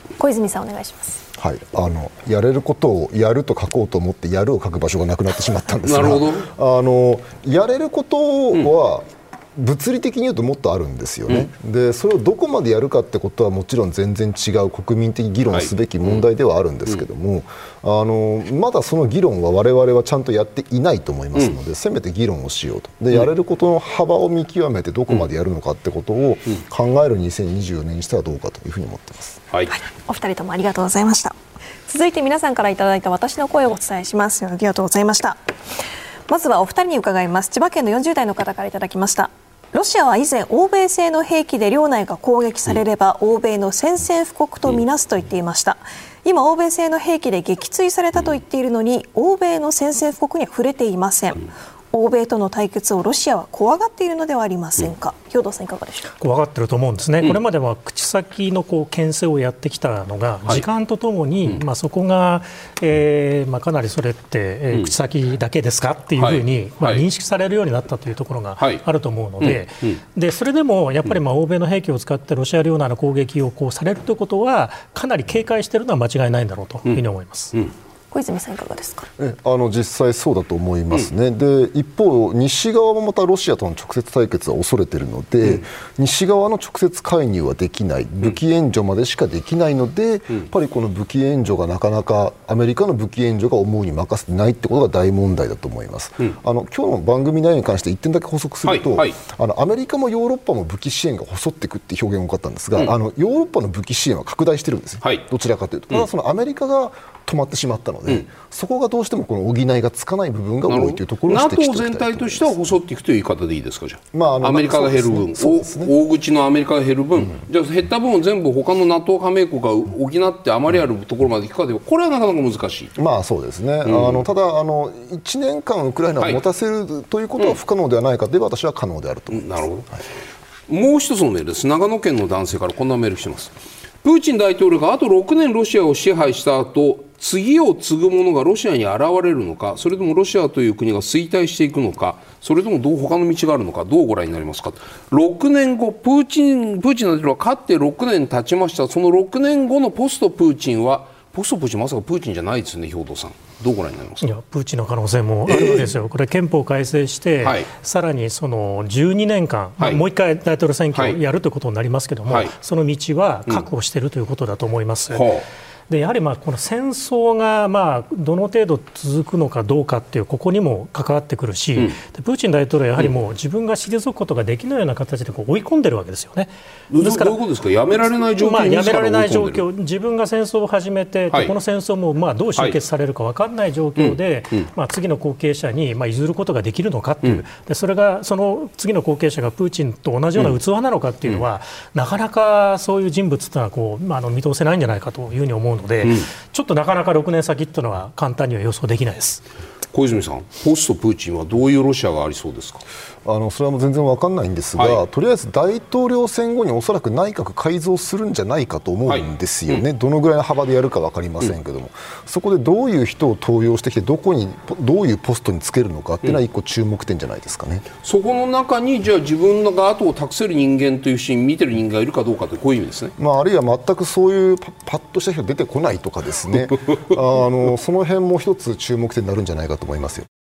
小泉さんお願いします。 はい、あのやれることをやると書こうと思ってやるを書く場所がなくなってしまったんですが、 なるほど。 あのやれることは、うん物理的に言うともっとあるんですよね、うん、でそれをどこまでやるかってことはもちろん全然違う国民的議論すべき問題ではあるんですけども、はいうん、あのまだその議論は我々はちゃんとやっていないと思いますので、うん、せめて議論をしようとで、うん、やれることの幅を見極めてどこまでやるのかってことを考えるにせんにじゅうよねんにしてはどうかというふうに思っています、 はいはい、お二人ともありがとうございました。続いて皆さんからいただいた私の声をお伝えします。ありがとうございました。まずはお二人に伺います。千葉県のよんじゅう代の方からいただきました。ロシアは以前欧米製の兵器で領内が攻撃されれば欧米の宣戦布告とみなすと言っていました。今欧米製の兵器で撃墜されたと言っているのに欧米の宣戦布告には触れていません。欧米との対決をロシアは怖がっているのではありませんか。兵頭さんいかがでしょうか。 怖がってると思うんですね、うん、これまでは口先のこう牽制をやってきたのが、はい、時間とともに、うんまあ、そこが、えーまあ、かなりそれって、えーうん、口先だけですかっていうふうに、はいまあ、認識されるようになったというところがあると思うので、はいうんうん、でそれでもやっぱりまあ欧米の兵器を使ってロシア領内の攻撃をこうされるということはかなり警戒しているのは間違いないんだろうというふうに思います、 うんうん小泉さんいかがですか。 えあの実際そうだと思いますね、うん、で一方西側もまたロシアとの直接対決は恐れているので、うん、西側の直接介入はできない武器援助までしかできないので、うん、やっぱりこの武器援助がなかなかアメリカの武器援助が思うに任せてないってことが大問題だと思います、うん、あの今日の番組内容に関していってんだけ補足すると、はいはい、あのアメリカもヨーロッパも武器支援が細っていくって表現が多かったんですが、うん、あのヨーロッパの武器支援は拡大してるんですよ、はい、どちらかというとただそのアメリカが止まってしまったので、うん、そこがどうしてもこの補いがつかない部分が多いというところを指摘しておきたいと思います。 ナトー 全体としては細っていくという言い方でいいですか。じゃあ、まあ、あのアメリカが減る分、ねね、大口のアメリカが減る分、うん、じゃあ減った分を全部他の ナトー 加盟国が補って余りあるところまでいくかではこれはなかなか難しい。 まあそうですね、うん、あのただあのいちねんかんウクライナを持たせる、はい、ということは不可能ではないかといえば私は可能であると思います、うん、なるほど、 はい、もう一つのメールです。長野県の男性からこんなメールしてます。プーチン大統領があとろくねんロシアを支配した後次を継ぐ者がロシアに現れるのか、それともロシアという国が衰退していくのか、それともどう他の道があるのか、どうご覧になりますか。ろくねんごプーチン、プーチン大統領は勝ってろくねん経ちました。そのろくねんごのポストプーチンはポストプーチンまさかプーチンじゃないですね。兵頭さんどうご覧になりますか。 いやプーチンの可能性もあるわけですよ、えー、これ憲法改正して、はい、さらにそのじゅうにねんかん、はい、もう一回大統領選挙をやるということになりますけれども、はい、その道は確保しているということだと思います、うんでやはりまあこの戦争がまあどの程度続くのかどうかっていうここにも関わってくるし、うん、でプーチン大統領はやはりもう自分が退くことができないような形でこう追い込んでるわけですよね。 ですからどういうことですか。やめられない状況、まあ、 やめられない状況、自分が戦争を始めて、はい、この戦争もまあどう終結されるか分からない状況で、はいうんまあ、次の後継者にまあ譲ることができるのかっていう、うん、でそれがその次の後継者がプーチンと同じような器なのかっていうのは、うん、なかなかそういう人物というのはこう、まあ、あの見通せないんじゃないかというふうに思うので、うんちょっとなかなかろくねん先というのは簡単には予想できないです。 小泉さん、ポストプーチンはどういうロシアがありそうですか。 あのそれはもう全然分かんないんですが、はい、とりあえず大統領選後におそらく内閣改造するんじゃないかと思うんですよね、はいうん、どのぐらいの幅でやるか分かりませんけども、うん、そこでどういう人を登用してきてどこにどういうポストにつけるのかっていうのは一個注目点じゃないですかね、うん、 そこの中にじゃあ自分が後を託せる人間というシーン見てる人間がいるかどうかというこういう意味ですね、 まあ、あるいは全くそういうパ、パッとした人が出てこないとかですねあのその辺も一つ注目点になるんじゃないかと思いますよ。